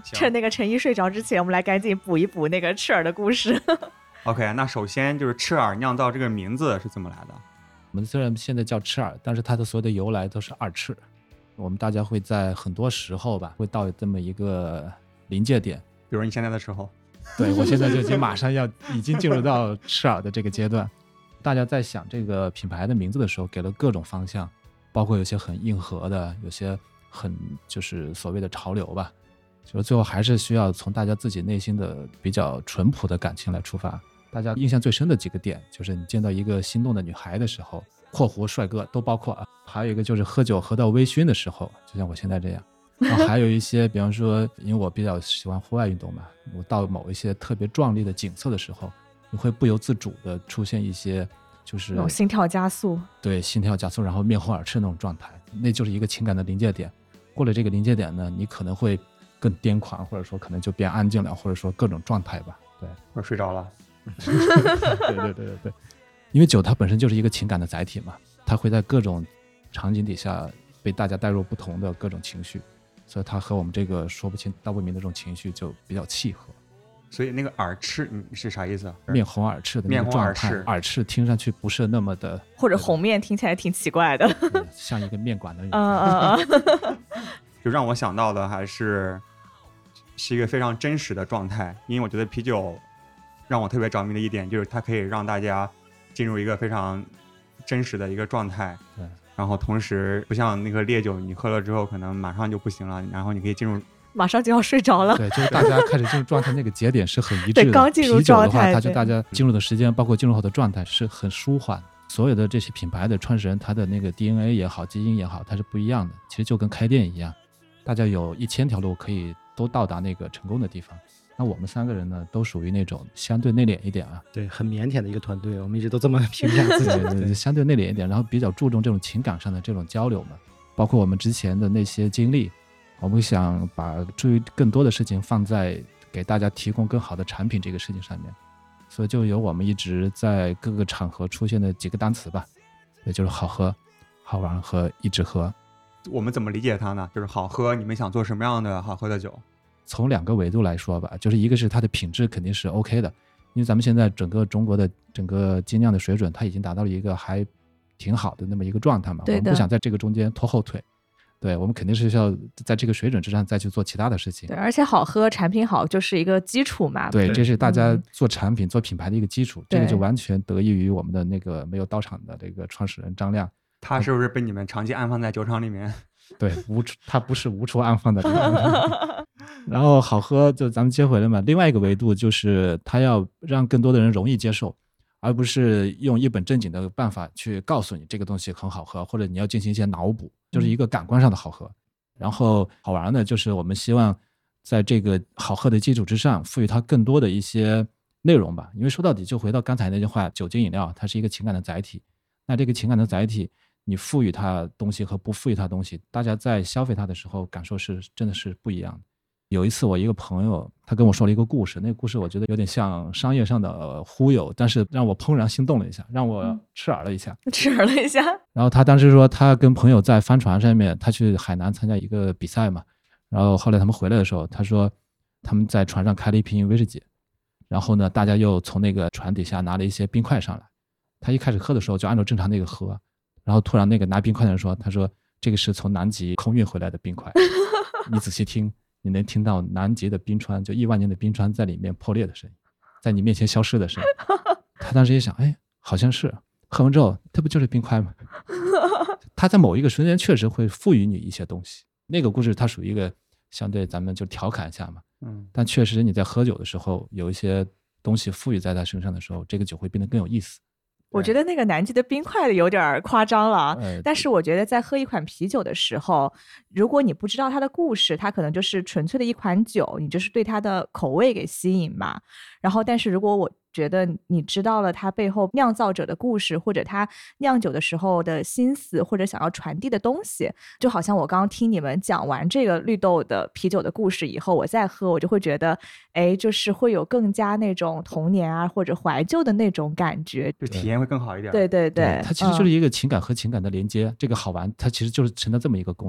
Speaker 2: 趁那个陈一睡着之前，我们来赶紧补一补那个赤耳的故事。
Speaker 1: OK， 那首先就是赤耳酿造这个名字是怎么来的？
Speaker 4: 我们虽然现在叫赤耳，但是它的所有的由来都是二赤。我们大家会在很多时候吧，会到这么一个临界点，
Speaker 1: 比如你现在的时候。
Speaker 4: 对，我现在就已经马上要已经进入到赤耳的这个阶段。大家在想这个品牌的名字的时候，给了各种方向，包括有些很硬核的，有些很就是所谓的潮流吧。就是最后还是需要从大家自己内心的比较淳朴的感情来出发。大家印象最深的几个点，就是你见到一个心动的女孩的时候，括弧帅哥都包括啊。还有一个就是喝酒喝到微醺的时候，就像我现在这样。然后还有一些，比方说，因为我比较喜欢户外运动嘛，我到某一些特别壮丽的景色的时候，你会不由自主的出现一些就是
Speaker 2: 那种心跳加速，
Speaker 4: 对，心跳加速，然后面红耳赤那种状态，那就是一个情感的临界点。过了这个临界点呢，你可能会更癫狂，或者说可能就变安静了，或者说各种状态吧。对，
Speaker 1: 我睡着了。
Speaker 4: 对对对对对，因为酒它本身就是一个情感的载体嘛，它会在各种场景底下被大家带入不同的各种情绪。所以它和我们这个说不清道不明的这种情绪就比较契合。
Speaker 1: 所以那个耳赤你是啥意思？
Speaker 4: 面红耳赤的那个状态，
Speaker 1: 面红耳赤，
Speaker 4: 耳赤听上去不是那么的，
Speaker 2: 或者红面听起来挺奇怪的，
Speaker 4: 像一个面馆的人。
Speaker 2: 嗯嗯嗯，
Speaker 1: 就让我想到的还是是一个非常真实的状态，因为我觉得啤酒让我特别着迷的一点就是它可以让大家进入一个非常真实的一个状态。
Speaker 4: 对。
Speaker 1: 然后同时不像那个烈酒，你喝了之后可能马上就不行了，然后你可以进入
Speaker 2: 马上就要睡着了。
Speaker 4: 对，就是大家开始进入状态那个节点是很一致的。
Speaker 2: 对，刚进入状态，
Speaker 4: 啤酒的话，它就大家进入的时间，包括进入后的状态是很舒缓。所有的这些品牌的创始人，他的那个 D N A 也好，基因也好，它是不一样的。其实就跟开店一样，大家有一千条路可以都到达那个成功的地方。那我们三个人呢，都属于那种相对内敛一点啊，
Speaker 3: 对，很腼腆的一个团队，我们一直都这么评价自己。
Speaker 4: 对对，相对内敛一点，然后比较注重这种情感上的这种交流嘛，包括我们之前的那些经历，我们想把注意更多的事情放在给大家提供更好的产品这个事情上面，所以就有我们一直在各个场合出现的几个单词吧，也就是好喝、好玩和一直喝。
Speaker 1: 我们怎么理解它呢？就是好喝，你们想做什么样的好喝的酒？
Speaker 4: 从两个维度来说吧，就是一个是它的品质肯定是 OK 的，因为咱们现在整个中国的整个精酿的水准，它已经达到了一个还挺好的那么一个状态嘛，我们不想在这个中间拖后腿。对，我们肯定是要在这个水准之上再去做其他的事情。
Speaker 2: 对，而且好喝产品好就是一个基础嘛。
Speaker 4: 对，
Speaker 1: 对
Speaker 4: 这是大家做产品、嗯、做品牌的一个基础，这个就完全得益于我们的那个没有到场的这个创始人张亮。
Speaker 1: 他是不是被你们长期安放在酒厂里面？
Speaker 4: 对，无处他不是无处安放的。然后好喝就咱们接回来嘛，另外一个维度就是他要让更多的人容易接受，而不是用一本正经的办法去告诉你这个东西很好喝，或者你要进行一些脑补，就是一个感官上的好喝。然后好玩的就是我们希望在这个好喝的基础之上赋予它更多的一些内容吧，因为说到底就回到刚才那句话，酒精饮料它是一个情感的载体，那这个情感的载体你赋予它东西和不赋予它东西，大家在消费它的时候感受是真的是不一样的。有一次我一个朋友他跟我说了一个故事，那个故事我觉得有点像商业上的、呃、忽悠，但是让我怦然心动了一下，让我吃耳了一下、
Speaker 2: 嗯、吃耳了一下。
Speaker 4: 然后他当时说他跟朋友在帆船上面，他去海南参加一个比赛嘛，然后后来他们回来的时候，他说他们在船上开了一瓶威士忌，然后呢大家又从那个船底下拿了一些冰块上来，他一开始喝的时候就按照正常那个喝，然后突然那个拿冰块的人说，他说这个是从南极空运回来的冰块你仔细听，你能听到南极的冰川，就亿万年的冰川在里面破裂的声音，在你面前消失的声音。他当时一想，哎，好像是喝完之后这不就是冰块吗？他在某一个瞬间确实会赋予你一些东西。那个故事它属于一个相对咱们就调侃一下嘛，嗯，但确实你在喝酒的时候有一些东西赋予在他身上的时候，这个酒会变得更有意思。
Speaker 2: 我觉得那个南极的冰块有点夸张了、哎、但是我觉得在喝一款啤酒的时候，如果你不知道它的故事，它可能就是纯粹的一款酒，你就是对它的口味给吸引嘛。然后但是如果我觉得你知道了它背后酿造者的故事，或者他酿酒的时候的心思，或者想要传递的东西，就好像我刚刚听你们讲完这个绿豆的啤酒的故事以后，我再喝我就会觉得哎，就是会有更加那种童年啊或者怀旧的那种感觉，
Speaker 1: 就体验会更好一点。
Speaker 2: 对对 对, 对，
Speaker 4: 它其实就是一个情感和情感的连接、嗯、这个好玩它其实就是承担这么一个功能。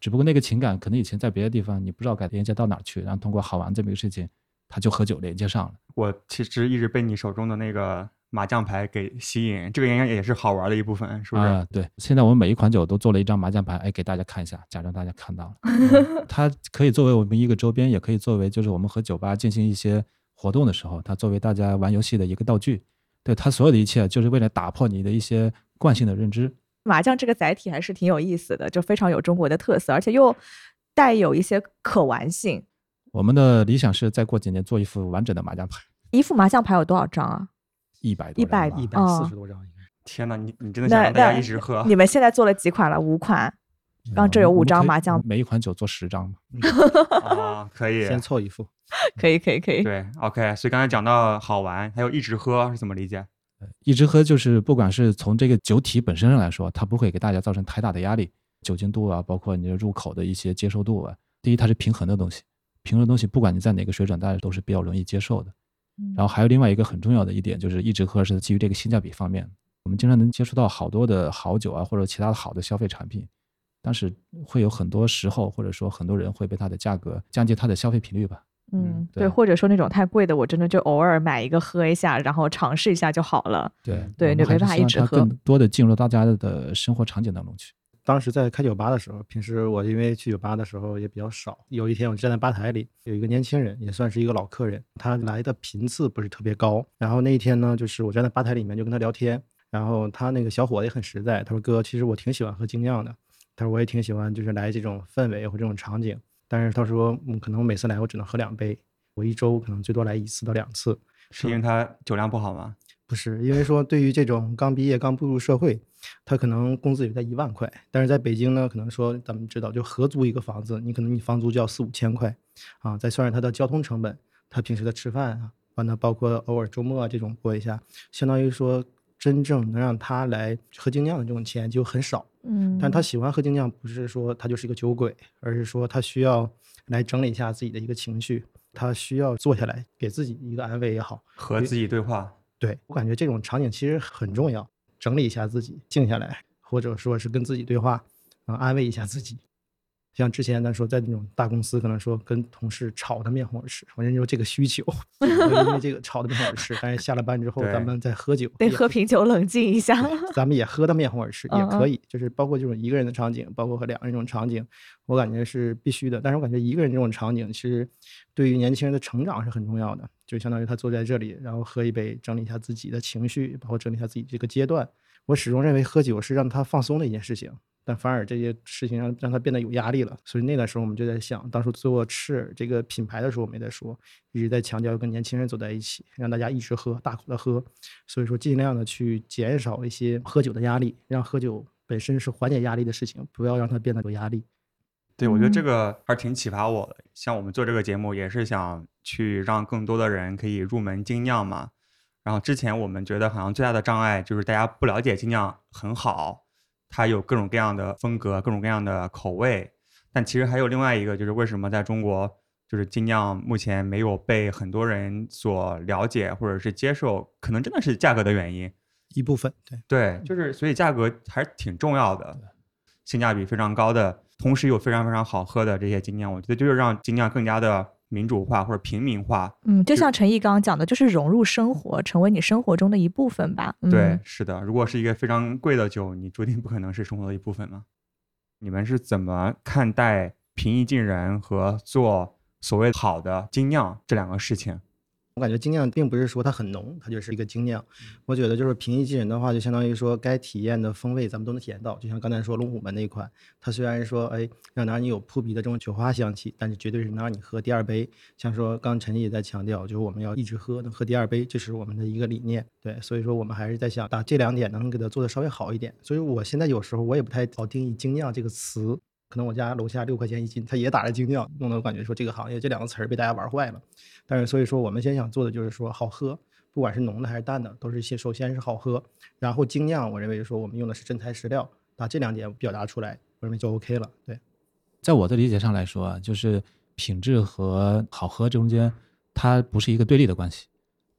Speaker 4: 只不过那个情感可能以前在别的地方你不知道该连接到哪儿去，然后通过好玩这么一个事情，它就和酒连接上了。
Speaker 1: 我其实一直被你手中的那个麻将牌给吸引，这个应该也是好玩的一部分，是不是？
Speaker 4: 啊，对，现在我们每一款酒都做了一张麻将牌，哎，给大家看一下，假装大家看到了。嗯、它可以作为我们一个周边，也可以作为就是我们和酒吧进行一些活动的时候，它作为大家玩游戏的一个道具。对，它所有的一切就是为了打破你的一些惯性的认知。
Speaker 2: 麻将这个载体还是挺有意思的，就非常有中国的特色，而且又带有一些可玩性。
Speaker 4: 我们的理想是再过几年做一副完整的麻将牌。
Speaker 2: 一副麻将牌有多少张啊？
Speaker 4: 一百多
Speaker 2: 一百
Speaker 3: 一百四十多张应该。
Speaker 1: 天哪，你你真的想让大家一直喝？
Speaker 2: 你们现在做了几款了？五款。刚这有五张麻将，
Speaker 4: 每一款酒做十张嘛。
Speaker 1: 啊，可以，
Speaker 3: 先凑一副。
Speaker 2: 可以可以可以。
Speaker 1: 对 ，OK。所以刚才讲到好玩，还有一直喝是怎么理解？
Speaker 4: 一直喝就是不管是从这个酒体本身上来说，它不会给大家造成太大的压力，酒精度啊，包括你的入口的一些接受度啊。第一，它是平衡的东西，平衡的东西不管你在哪个水准，大家都是比较容易接受的。然后还有另外一个很重要的一点，就是一直喝是基于这个性价比方面。我们经常能接触到好多的好酒啊，或者其他的好的消费产品，但是会有很多时候，或者说很多人会被它的价格降低它的消费频率吧。
Speaker 2: 嗯，对，或者说那种太贵的，我真的就偶尔买一个喝一下，然后尝试一下就好了。
Speaker 4: 对
Speaker 2: 对，就没办法一直喝。
Speaker 4: 更多的进入大家的生活场景当中去。
Speaker 3: 当时在开酒吧的时候，平时我因为去酒吧的时候也比较少。有一天我站在吧台里，有一个年轻人，也算是一个老客人，他来的频次不是特别高。然后那一天呢，就是我站在吧台里面就跟他聊天，然后他那个小伙子也很实在，他说哥，其实我挺喜欢喝精酿的，他说我也挺喜欢就是来这种氛围或这种场景，但是他说嗯，可能我每次来我只能喝两杯，我一周可能最多来一次到两次。
Speaker 1: 是因为他酒量不好吗？
Speaker 3: 不是，因为说对于这种刚毕业刚步入社会，他可能工资也在一万块，但是在北京呢，可能说咱们知道就合租一个房子，你可能你房租就要四五千块啊，再算上他的交通成本，他平时的吃饭啊，完了包括偶尔周末啊这种过一下，相当于说真正能让他来喝精酿的这种钱就很少。
Speaker 2: 嗯，
Speaker 3: 但他喜欢喝精酿，不是说他就是一个酒鬼，而是说他需要来整理一下自己的一个情绪，他需要坐下来给自己一个安慰也好，
Speaker 1: 和自己对话。
Speaker 3: 对，我感觉这种场景其实很重要，整理一下自己，静下来，或者说是跟自己对话，啊，安慰一下自己。像之前咱说在那种大公司，可能说跟同事吵得面红耳赤，我认为这个需求，因为这个吵得面红耳赤，但是下了班之后咱们再喝酒，
Speaker 2: 得喝瓶酒冷静一下，
Speaker 3: 咱们也喝得面红耳赤也可以，就是包括这种一个人的场景，包括和两个人这种场景，我感觉是必须的。但是我感觉一个人这种场景其实对于年轻人的成长是很重要的，就相当于他坐在这里，然后喝一杯，整理一下自己的情绪，包括整理一下自己这个阶段。我始终认为喝酒是让他放松的一件事情，但反而这些事情让让他变得有压力了。所以那个时候我们就在想，当初做赤这个品牌的时候，我们也在说，一直在强调要跟年轻人走在一起，让大家一直喝，大口的喝。所以说尽量的去减少一些喝酒的压力，让喝酒本身是缓解压力的事情，不要让它变得有压力。
Speaker 1: 对，我觉得这个还是挺启发我的。像我们做这个节目也是想去让更多的人可以入门精酿嘛。然后之前我们觉得好像最大的障碍就是大家不了解精酿很好，它有各种各样的风格，各种各样的口味。但其实还有另外一个，就是为什么在中国就是精酿目前没有被很多人所了解或者是接受，可能真的是价格的原因
Speaker 3: 一部分。对
Speaker 1: 对，就是所以价格还是挺重要的，性价比非常高的，同时又非常非常好喝的这些精酿，我觉得就是让精酿更加的民主化或者平民化。
Speaker 2: 嗯，就像陈毅刚刚讲的，就是融入生活，成为你生活中的一部分吧。嗯、
Speaker 1: 对，是的。如果是一个非常贵的酒，你注定不可能是生活的一部分嘛。你们是怎么看待平易近人和做所谓好的精酿这两个事情？
Speaker 3: 我感觉精酿并不是说它很浓，它就是一个精酿。我觉得就是平易近人的话，就相当于说该体验的风味咱们都能体验到。就像刚才说龙虎门那一款，它虽然说哎让让你有扑鼻的这种酒花香气，但是绝对是能让你喝第二杯。像说刚陈毅也在强调，就是我们要一直喝，能喝第二杯，这是我们的一个理念。对，所以说我们还是在想把这两点能给它做的稍微好一点。所以我现在有时候我也不太好定义精酿这个词。可能我家楼下六块钱一斤，它也打着精酿，弄得我感觉说这个行业这两个词儿被大家玩坏了。但是所以说我们先想做的就是说好喝，不管是浓的还是淡的，都是先首先是好喝，然后精酿我认为说我们用的是真材实料，把这两点表达出来，我认为就 OK 了。对，
Speaker 4: 在我的理解上来说啊，就是品质和好喝中间它不是一个对立的关系，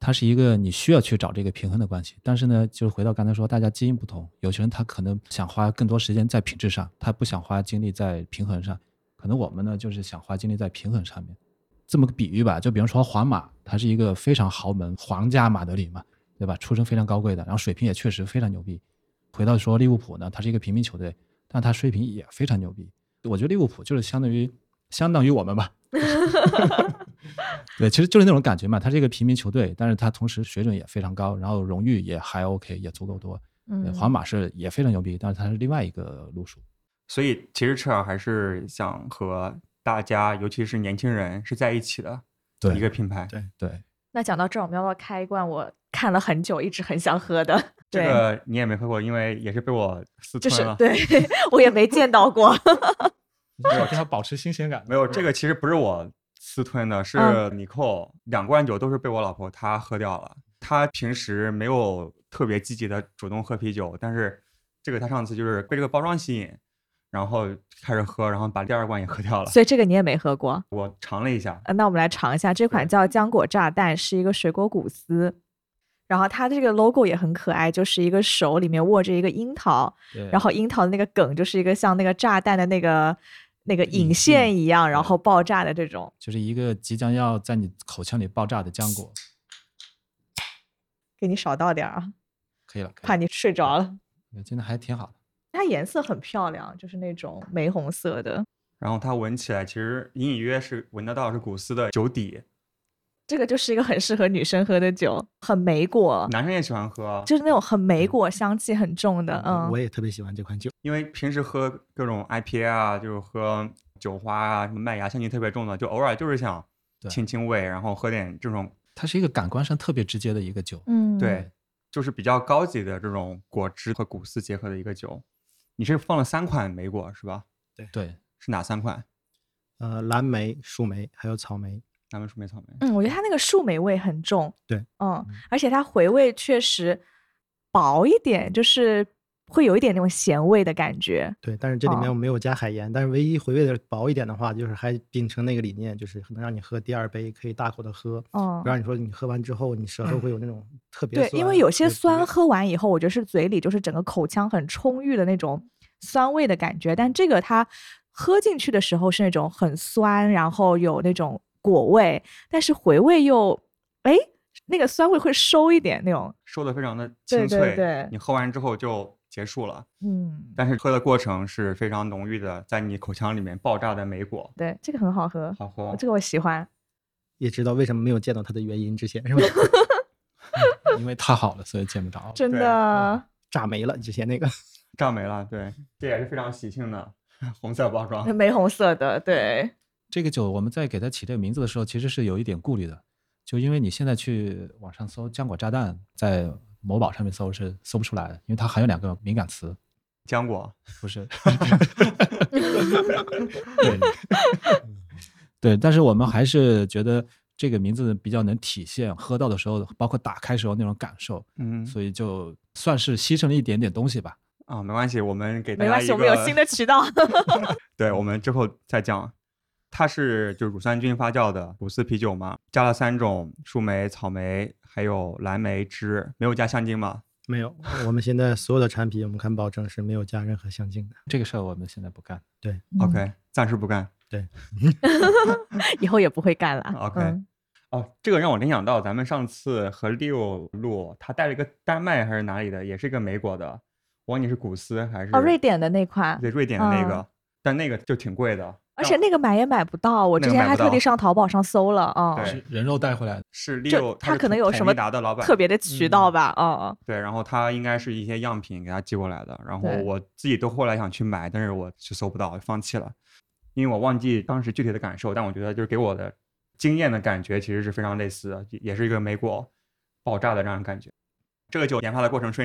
Speaker 4: 它是一个你需要去找这个平衡的关系。但是呢，就是回到刚才说，大家基因不同，有些人他可能想花更多时间在品质上，他不想花精力在平衡上。可能我们呢，就是想花精力在平衡上面。这么个比喻吧，就比如说皇马，它是一个非常豪门皇家马德里嘛，对吧？出身非常高贵的，然后水平也确实非常牛逼。回到说利物浦呢，它是一个平民球队，但它水平也非常牛逼。我觉得利物浦就是相当于相当于我们吧。对，其实就是那种感觉嘛，它是一个平民球队，但是它同时水准也非常高，然后荣誉也还 OK， 也足够多。嗯，皇马是也非常牛逼，但是它是另外一个路数。
Speaker 1: 所以其实赤尔还是想和大家，尤其是年轻人是在一起的一个品牌。
Speaker 3: 对
Speaker 4: 对。
Speaker 2: 那讲到这儿，我们要不要开一罐我看了很久一直很想喝的？
Speaker 1: 这个你也没喝过，因为也是被我私吞了。
Speaker 2: 就是对我也没见到过。
Speaker 4: 没有，这要保持新鲜感。
Speaker 1: 没有，这个其实不是我私吞的，是尼寇、嗯、两罐酒都是被我老婆她喝掉了。她平时没有特别积极的主动喝啤酒，但是这个她上次就是被这个包装吸引，然后开始喝，然后把第二罐也喝掉了。
Speaker 2: 所以这个你也没喝过？
Speaker 1: 我尝了一下。
Speaker 2: 呃、那我们来尝一下，这款叫浆果炸弹，是一个水果谷丝。然后它这个 logo 也很可爱，就是一个手里面握着一个樱桃，然后樱桃的那个梗就是一个像那个炸弹的那个那个引线一样，然后爆炸的这种，
Speaker 4: 就是一个即将要在你口腔里爆炸的浆果。
Speaker 2: 给你少倒点啊，
Speaker 4: 可以了，可以了，
Speaker 2: 怕你睡着了。
Speaker 4: 真的还挺好的，
Speaker 2: 它颜色很漂亮，就是那种玫红色的。
Speaker 1: 然后它闻起来其实隐隐约是闻得到是谷丝的酒底。
Speaker 2: 这个就是一个很适合女生喝的酒，很莓果，
Speaker 1: 男生也喜欢喝，
Speaker 2: 就是那种很莓果香气很重的。嗯，
Speaker 3: 我也特别喜欢这款酒，
Speaker 1: 因为平时喝各种 I P A 啊，就是喝酒花啊，什么麦芽香气特别重的，就偶尔就是想清清味，然后喝点这种。
Speaker 4: 它是一个感官上特别直接的一个酒。
Speaker 2: 嗯，
Speaker 1: 对，就是比较高级的这种果汁和谷丝结合的一个酒。你是放了三款莓果是吧？
Speaker 3: 对
Speaker 4: 对，
Speaker 1: 是哪三款？
Speaker 3: 呃，蓝莓、树莓还有草莓。
Speaker 1: 蓝莓、树莓、草莓。
Speaker 2: 嗯，我觉得它那个树莓味很重。
Speaker 3: 对，
Speaker 2: 嗯，而且它回味确实薄一点，就是会有一点那种咸味的感觉。
Speaker 3: 对，但是这里面我没有加海盐，哦、但是唯一回味的薄一点的话，就是还秉承那个理念，就是能让你喝第二杯可以大口的喝，哦、不然你说你喝完之后你舌头会有那种特别酸。
Speaker 2: 对，因为有些酸喝完以后，我觉得是嘴里就是整个口腔很充裕的那种酸味的感觉，但这个它喝进去的时候是那种很酸，然后有那种果味，但是回味又哎那个酸味会收一点，那种
Speaker 1: 收的非常的清脆。
Speaker 2: 对对对，
Speaker 1: 你喝完之后就结束了。
Speaker 2: 嗯，
Speaker 1: 但是喝的过程是非常浓郁的，在你口腔里面爆炸的莓果。
Speaker 2: 对，这个很好喝，
Speaker 1: 好喝，
Speaker 2: 这个我喜欢。
Speaker 3: 也知道为什么没有见到它的原因之前是吧？
Speaker 4: 因为太好了，所以见不着。
Speaker 2: 真的
Speaker 3: 炸没了，之前那个
Speaker 1: 炸没了。对，这也是非常喜庆的红色包装，
Speaker 2: 玫红色的。对，
Speaker 4: 这个酒我们在给它起这个名字的时候，其实是有一点顾虑的，就因为你现在去网上搜浆果炸弹，在某宝上面搜是搜不出来的，因为它含有两个敏感词。
Speaker 1: 浆果
Speaker 4: 不是对对，但是我们还是觉得这个名字比较能体现喝到的时候，包括打开时候那种感受。嗯，所以就算是牺牲了一点点东西吧。
Speaker 1: 啊，没关系，我们给大家
Speaker 2: 没关系，我们有新的渠道。
Speaker 1: 对，我们之后再讲。它是就是乳酸菌发酵的谷丝啤酒嘛，加了三种树莓、草莓还有蓝莓汁，没有加香精吗？
Speaker 3: 没有，我们现在所有的产品我们看保证是没有加任何香精的。
Speaker 4: 这个事儿我们现在不干。
Speaker 3: 对、
Speaker 2: 嗯、
Speaker 1: ，OK， 暂时不干。
Speaker 3: 对，
Speaker 2: 以后也不会干了。
Speaker 1: OK，、
Speaker 2: 嗯、
Speaker 1: 哦，这个让我联想到咱们上次和六录，他带了一个丹麦还是哪里的，也是一个莓果的，我忘记是谷丝还是
Speaker 2: 哦，瑞典的那款，
Speaker 1: 对，瑞典的那个，
Speaker 2: 嗯、
Speaker 1: 但那个就挺贵的。
Speaker 2: 而且那个买也买不到，我之前还特地上淘宝上搜了啊。
Speaker 1: 对、
Speaker 4: 嗯，人肉带回来的，
Speaker 1: 是六，
Speaker 2: 他可能有什么特别的渠道吧？哦、嗯，
Speaker 1: 对，然后他应该是一些样品给他寄过来的，然后我自己都后来想去买，但是我是搜不到，放弃了，因为我忘记当时具体的感受，但我觉得就是给我的经验的感觉其实是非常类似的，也是一个莓果爆炸的这样的感觉。这个酒研发的过程顺利吗？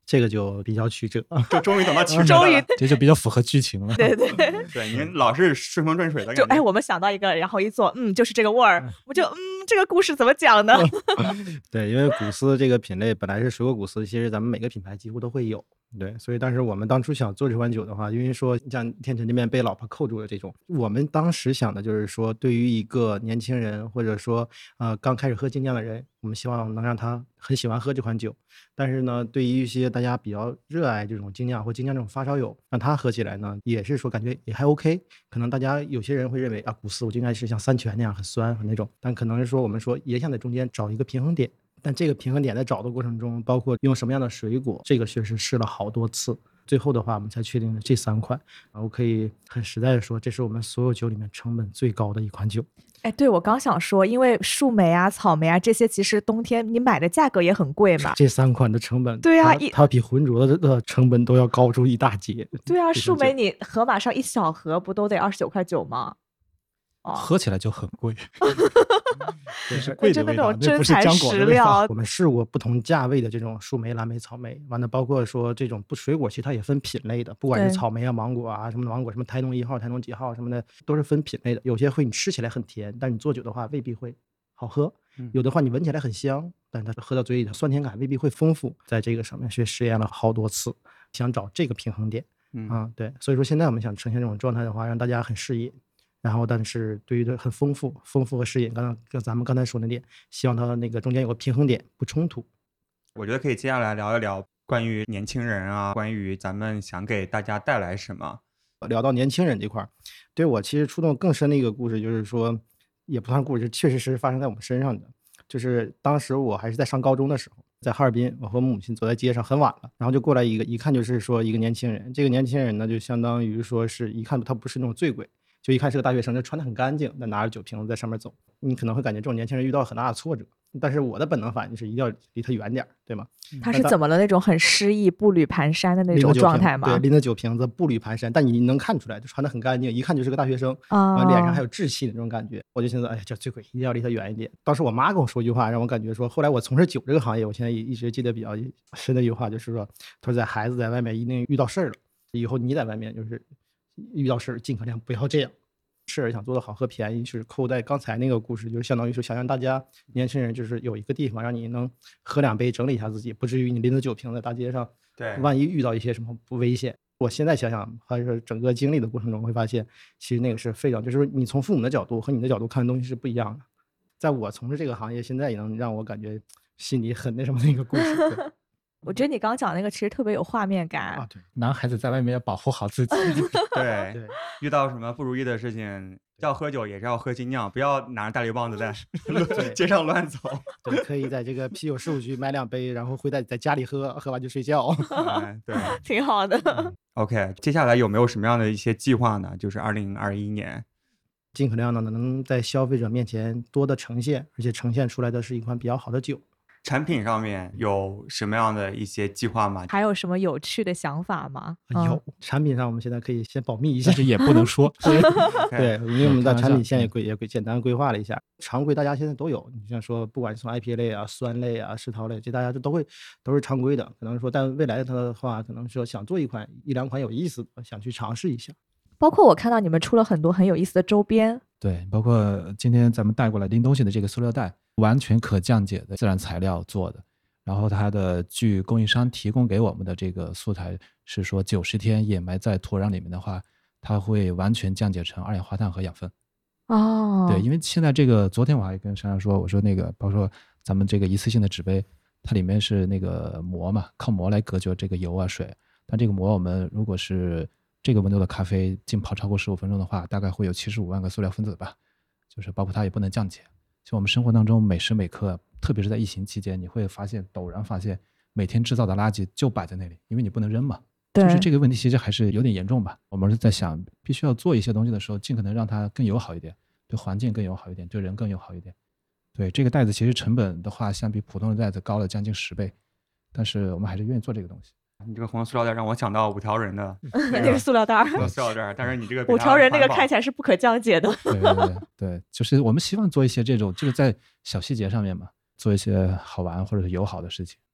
Speaker 3: 这个就比较曲折。
Speaker 1: 就终于等到曲折
Speaker 2: 终于
Speaker 1: 了。
Speaker 4: 这就比较符合剧情了。
Speaker 2: 对对，
Speaker 1: 对，您老是顺风顺水的
Speaker 2: 就哎，
Speaker 1: 感觉。
Speaker 2: 我们想到一个，然后一做，嗯，就是这个味儿，我就嗯，这个故事怎么讲呢？
Speaker 3: 对，因为古斯这个品类本来是水果古斯，其实咱们每个品牌几乎都会有。对，所以当时我们当初想做这款酒的话，因为说像天成这边被老婆扣住了这种，我们当时想的就是说，对于一个年轻人或者说呃刚开始喝精酿的人，我们希望能让他很喜欢喝这款酒。但是呢，对于一些大家比较热爱这种精酿或精酿这种发烧友，让他喝起来呢，也是说感觉也还 OK。可能大家有些人会认为啊，古斯我就应该是像三全那样很酸很那种，但可能是说我们说也想在中间找一个平衡点。但这个平衡点在找的过程中，包括用什么样的水果，这个确实试了好多次。最后的话，我们才确定了这三款。我可以很实在的说，这是我们所有酒里面成本最高的一款酒。
Speaker 2: 哎，对，我刚想说，因为树莓啊、草莓啊这些，其实冬天你买的价格也很贵嘛。
Speaker 3: 这三款的成本，
Speaker 2: 对啊，
Speaker 3: 它, 它比浑浊的成本都要高出一大截。
Speaker 2: 对啊，树莓你盒马上一小盒不都得二十九块九吗？
Speaker 4: 哦、喝起来就很贵。
Speaker 3: 对，
Speaker 4: 是贵的味道，
Speaker 2: 那不是浆果的味道。
Speaker 3: 我们试过不同价位的这种树莓、蓝莓、草莓，完了包括说这种不水果，其实它也分品类的，不管是草莓啊、芒果啊什么的芒果，什么台农一号、台农几号什么的，都是分品类的。有些会你吃起来很甜，但你做酒的话未必会好喝；有的话你闻起来很香，但它喝到嘴里的酸甜感未必会丰富。在这个上面去实验了好多次，想找这个平衡点。嗯啊，对，所以说现在我们想呈现这种状态的话，让大家很适应。然后，但是对于它很丰富、丰富和适应，刚刚跟咱们刚才说那点，希望它那个中间有个平衡点，不冲突。
Speaker 1: 我觉得可以接下来聊一聊关于年轻人啊，关于咱们想给大家带来什么。
Speaker 3: 聊到年轻人这块，对我其实触动更深的一个故事，就是说，也不算故事，确实是发生在我们身上的。就是当时我还是在上高中的时候，在哈尔滨，我和母亲走在街上，很晚了，然后就过来一个，一看就是说一个年轻人。这个年轻人呢，就相当于说是一看他不是那种醉鬼。就一看是个大学生，就穿得很干净，但拿着酒瓶子在上面走，你可能会感觉这种年轻人遇到很大的挫折，但是我的本能反应是一定要离他远点，对吗？
Speaker 2: 他是怎么了？那种很失意、步履蹒跚的那种状态吗？
Speaker 3: 对，拎着酒瓶子，步履蹒跚，但你能看出来，就穿得很干净，一看就是个大学生，
Speaker 2: 啊，
Speaker 3: 脸上还有稚气的那种感觉。我就寻思，哎呀，这醉鬼一定要离他远一点。当时我妈跟我说一句话，让我感觉说，后来我从事酒这个行业，我现在也一直记得比较深的一句话，就是说，他说在孩子在外面一定遇到事儿了，以后你在外面就是遇到事儿，尽可能不要这样。事儿想做的好和便宜，是扣在刚才那个故事，就是相当于说想让大家年轻人就是有一个地方让你能喝两杯整理一下自己，不至于你拎着酒瓶在大街上，
Speaker 1: 对，
Speaker 3: 万一遇到一些什么不危险。我现在想想，还是整个经历的过程中会发现，其实那个是非常，就是你从父母的角度和你的角度看的东西是不一样的。在我从事这个行业，现在也能让我感觉心里很那什么的一个故事。对
Speaker 2: 我觉得你刚刚讲那个其实特别有画面感
Speaker 3: 啊，对，
Speaker 4: 男孩子在外面要保护好自己。
Speaker 1: 对
Speaker 3: 对，
Speaker 1: 遇到什么不如意的事情，要喝酒也是要喝精酿，不要拿着大绿棒子在街上乱走。
Speaker 3: 对，可以在这个啤酒事务局买两杯，然后回在在家里喝，喝完就睡觉。
Speaker 1: 哎、对，
Speaker 2: 挺好的。
Speaker 1: 嗯、OK， 接下来有没有什么样的一些计划呢？就是二零二一年，
Speaker 3: 尽可能的能在消费者面前多的呈现，而且呈现出来的是一款比较好的酒。
Speaker 1: 产品上面有什么样的一些计划吗？
Speaker 2: 还有什么有趣的想法吗？
Speaker 3: 有、嗯、产品上我们现在可以先保密一下，
Speaker 4: 但是也不能说。
Speaker 3: 对， okay, 对，因为我们的产品线也规也简单规划了一下，常规大家现在都有。你像说，不管是从 I P A 类啊、酸类啊、世陶类，这大家都会都是常规的。可能说，但未来它的话，可能说想做一款一两款有意思的，想去尝试一下。
Speaker 2: 包括我看到你们出了很多很有意思的周边，
Speaker 4: 对，包括今天咱们带过来拎东西的这个塑料袋，完全可降解的自然材料做的。然后它的据供应商提供给我们的这个素材是说，九十天掩埋在土壤里面的话，它会完全降解成二氧化碳和养分。
Speaker 2: 哦，
Speaker 4: 对，因为现在这个，昨天我还跟珊珊说，我说那个，包括咱们这个一次性的纸杯，它里面是那个膜嘛，靠膜来隔绝这个油啊水。但这个膜我们如果是这个温度的咖啡浸泡超过十五分钟的话，大概会有七十五万个塑料分子吧，就是包括它也不能降解。就我们生活当中每时每刻，特别是在疫情期间，你会发现陡然发现每天制造的垃圾就摆在那里，因为你不能扔嘛。就是这个问题其实还是有点严重吧。我们是在想，必须要做一些东西的时候，尽可能让它更友好一点，对环境更友好一点，对人更友好一点。对，这个袋子其实成本的话，相比普通的袋子高了将近十倍，但是我们还是愿意做这个东西。
Speaker 1: 你这个红塑料袋让我想到五条人的
Speaker 2: 那个塑料袋，
Speaker 1: 塑料袋，但是你这个
Speaker 2: 五条人那个看起来是不可降解的。
Speaker 4: 对对对对，就是我们希望做一些这种，这个在小细节上面嘛，做一些好玩或者是友好的事情。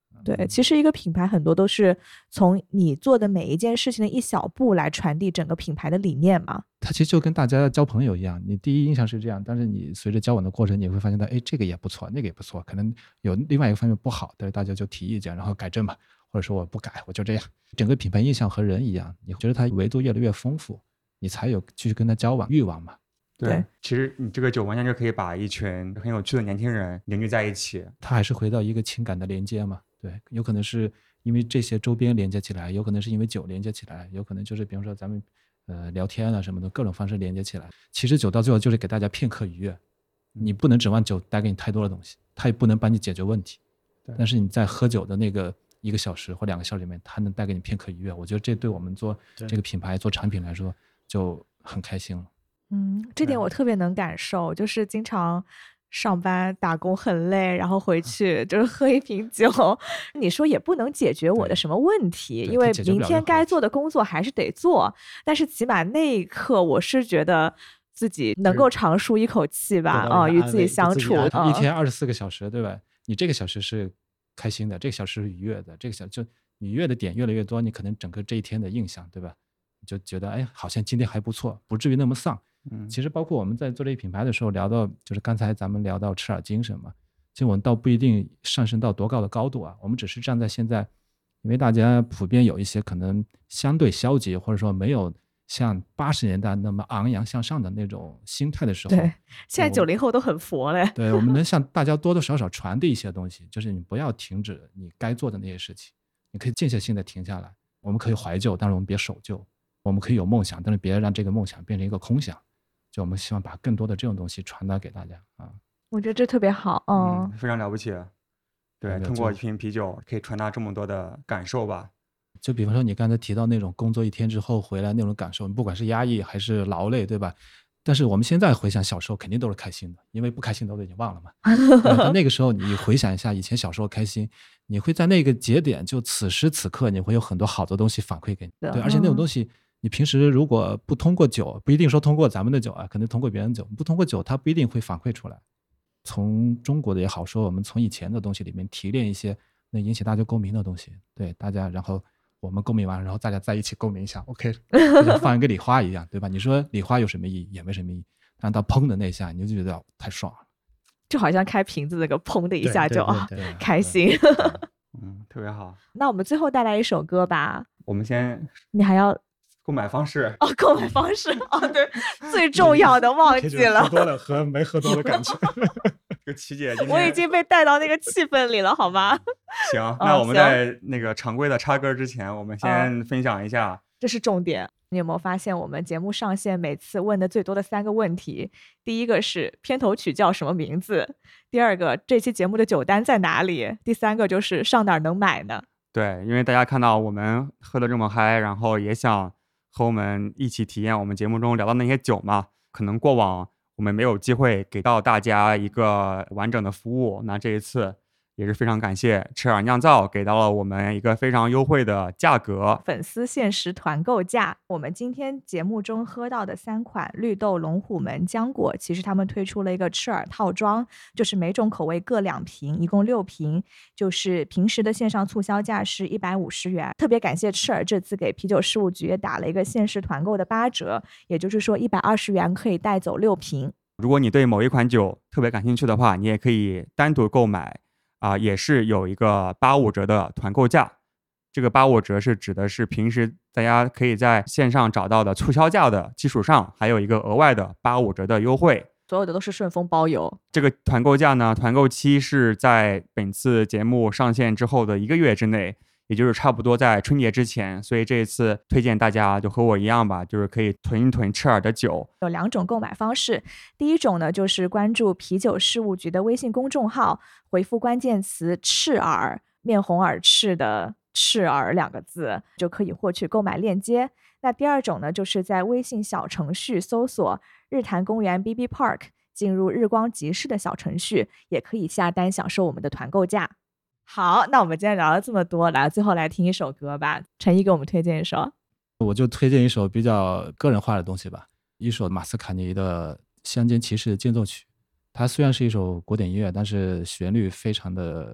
Speaker 2: 对，其实一个品牌很多都是从你做的每一件事情的一小步来传递整个品牌的理念嘛。
Speaker 4: 它其实就跟大家交朋友一样，你第一印象是这样，但是你随着交往的过程，你会发现到，哎，这个也不错，那个也不错，可能有另外一个方面不好，但是大家就提意见，然后改正吧，或者说我不改，我就这样。整个品牌印象和人一样，你觉得它维度越来越丰富，你才有继续跟它交往欲望嘛。
Speaker 1: 对，
Speaker 2: 对
Speaker 1: 其实你这个酒完全就可以把一群很有趣的年轻人凝聚在一起。
Speaker 4: 它还是回到一个情感的连接嘛。对，有可能是因为这些周边连接起来，有可能是因为酒连接起来，有可能就是比如说咱们呃聊天啊什么的各种方式连接起来。其实酒到最后就是给大家片刻愉悦，你不能指望酒带给你太多的东西，它也不能帮你解决问题。
Speaker 1: 对，
Speaker 4: 但是你在喝酒的那个一个小时或两个小时里面，它能带给你片刻愉悦，我觉得这对我们做这个品牌做产品来说就很开心了。
Speaker 2: 嗯，这点我特别能感受，就是经常上班打工很累，然后回去就是喝一瓶酒，你说也不能解决我的什么问题，因为明天该做的工作还是得做，但是起码那一刻我是觉得自己能够长舒一口气吧，啊、呃，与自己相处，
Speaker 4: 嗯、一天二十四个小时，对吧？你这个小时是开心的，这个小时是愉悦的，这个小就愉悦的点越来越多，你可能整个这一天的印象，对吧？你就觉得哎，好像今天还不错，不至于那么丧。
Speaker 1: 嗯，
Speaker 4: 其实包括我们在做这个品牌的时候聊到，就是刚才咱们聊到赤耳精神嘛，其实我们倒不一定上升到多高的高度啊，我们只是站在现在，因为大家普遍有一些可能相对消极，或者说没有像八十年代那么昂扬向上的那种心态的时候，
Speaker 2: 对，现在九零后都很佛嘞。
Speaker 4: 对，我们能向大家多多少少传递一些东西，就是你不要停止你该做的那些事情，你可以间歇性的停下来，我们可以怀旧，但是我们别守旧，我们可以有梦想，但是别让这个梦想变成一个空想。就我们希望把更多的这种东西传达给大家啊，
Speaker 2: 我觉得这特别好，嗯，
Speaker 1: 嗯非常了不起。对，通过一瓶啤酒可以传达这么多的感受吧。
Speaker 4: 就比方说你刚才提到那种工作一天之后回来那种感受，不管是压抑还是劳累，对吧？但是我们现在回想小时候肯定都是开心的，因为不开心都已经忘了嘛。但那个时候你回想一下以前小时候开心，你会在那个节点，就此时此刻你会有很多好的东西反馈给你。对，而且那种东西你平时如果不通过酒，不一定说通过咱们的酒啊，可能通过别人的酒，不通过酒它不一定会反馈出来。从中国的也好，说我们从以前的东西里面提炼一些能引起大家共鸣的东西，对大家，然后我们共鸣完，然后大家在一起共鸣一下 OK， 就像放一个礼花一样，对吧？你说礼花有什么意义？也没什么意义，但到砰的那一下你就觉得太爽了，
Speaker 2: 就好像开瓶子那个砰的一下就啊开心。
Speaker 1: 嗯，特别好。
Speaker 2: 那我们最后带来一首歌吧。
Speaker 1: 我们先，
Speaker 2: 你还要
Speaker 1: 购买方式
Speaker 2: 哦，购买方式哦，对，最重要的忘记了，
Speaker 3: 喝多了和没喝多的感觉。
Speaker 1: 这个琪姐，
Speaker 2: 我已经被带到那个气氛里了，好吗？
Speaker 1: 行，那我们在那个常规的插歌之前，我们先分享一下，
Speaker 2: 哦，这是重点。你有没有发现我们节目上线每次问的最多的三个问题？第一个是片头曲叫什么名字，第二个这期节目的酒单在哪里，第三个就是上哪儿能买呢？
Speaker 1: 对，因为大家看到我们喝得这么嗨，然后也想和我们一起体验我们节目中聊到那些酒嘛，可能过往我们没有机会给到大家一个完整的服务，那这一次也是非常感谢赤耳酿造给到了我们一个非常优惠的价格，
Speaker 2: 粉丝限时团购价。我们今天节目中喝到的三款绿豆龙虎门浆果，其实他们推出了一个赤耳套装，就是每种口味各两瓶，一共六瓶，就是平时的线上促销价是一百五十元。特别感谢赤耳这次给啤酒事务局也打了一个限时团购的八折，也就是说一百二十元可以带走六瓶。
Speaker 1: 如果你对某一款酒特别感兴趣的话，你也可以单独购买啊、呃，也是有一个八五折的团购价。这个八五折是指的是平时大家可以在线上找到的促销价的基础上，还有一个额外的八五折的优惠。
Speaker 2: 所有的都是顺丰包邮。
Speaker 1: 这个团购价呢，团购期是在本次节目上线之后的一个月之内，也就是差不多在春节之前，所以这一次推荐大家就和我一样吧，就是可以囤一囤赤耳的酒。
Speaker 2: 有两种购买方式，第一种呢就是关注啤酒事务局的微信公众号，回复关键词赤耳，面红耳赤的赤耳两个字，就可以获取购买链接。那第二种呢，就是在微信小程序搜索日坛公园 B B Park， 进入日光集市的小程序，也可以下单享受我们的团购价。好，那我们今天聊了这么多，来最后来听一首歌吧。陈一给我们推荐一首。
Speaker 4: 我就推荐一首比较个人化的东西吧，一首马斯卡尼的《乡间骑士间奏曲》。它虽然是一首古典音乐，但是旋律非常的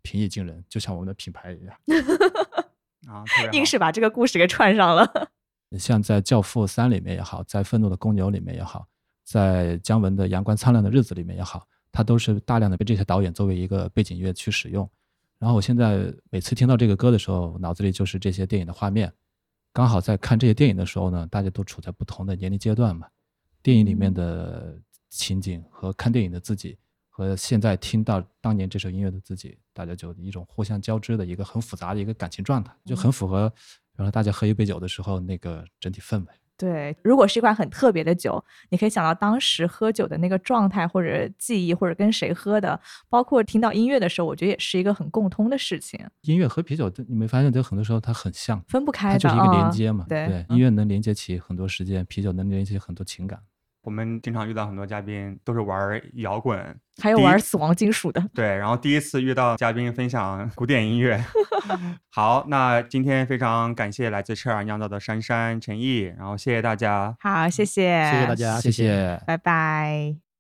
Speaker 4: 平易近人，就像我们的品牌一样。
Speaker 1: 啊，特别好
Speaker 2: 硬是把这个故事给串上了。
Speaker 4: 像在《教父三》里面也好，在《愤怒的公牛》里面也好，在姜文的《阳光灿烂的日子》里面也好，它都是大量的被这些导演作为一个背景乐去使用。然后我现在每次听到这个歌的时候，脑子里就是这些电影的画面。刚好在看这些电影的时候呢，大家都处在不同的年龄阶段嘛，电影里面的情景和看电影的自己，和现在听到当年这首音乐的自己，大家就一种互相交织的一个很复杂的一个感情状态，就很符合然后大家喝一杯酒的时候那个整体氛围。
Speaker 2: 对，如果是一款很特别的酒，你可以想到当时喝酒的那个状态或者记忆，或者跟谁喝的，包括听到音乐的时候，我觉得也是一个很共通的事情。
Speaker 4: 音乐和啤酒你没发现这很多时候它很像，
Speaker 2: 分不开的，
Speaker 4: 它就是一个连接嘛、
Speaker 2: 嗯、对,
Speaker 4: 对，音乐能连接起很多时间，啤酒能连接起很多情感。
Speaker 1: 我们经常遇到很多嘉宾都是玩摇滚，
Speaker 2: 还有玩死亡金属的。
Speaker 1: 对，然后第一次遇到嘉宾分享古典音乐。好，那今天非常感谢来自赤耳酿造的珊珊、陈毅，然后谢谢大家。
Speaker 2: 好，谢谢，
Speaker 3: 谢谢大家，
Speaker 4: 谢谢，
Speaker 2: 拜拜。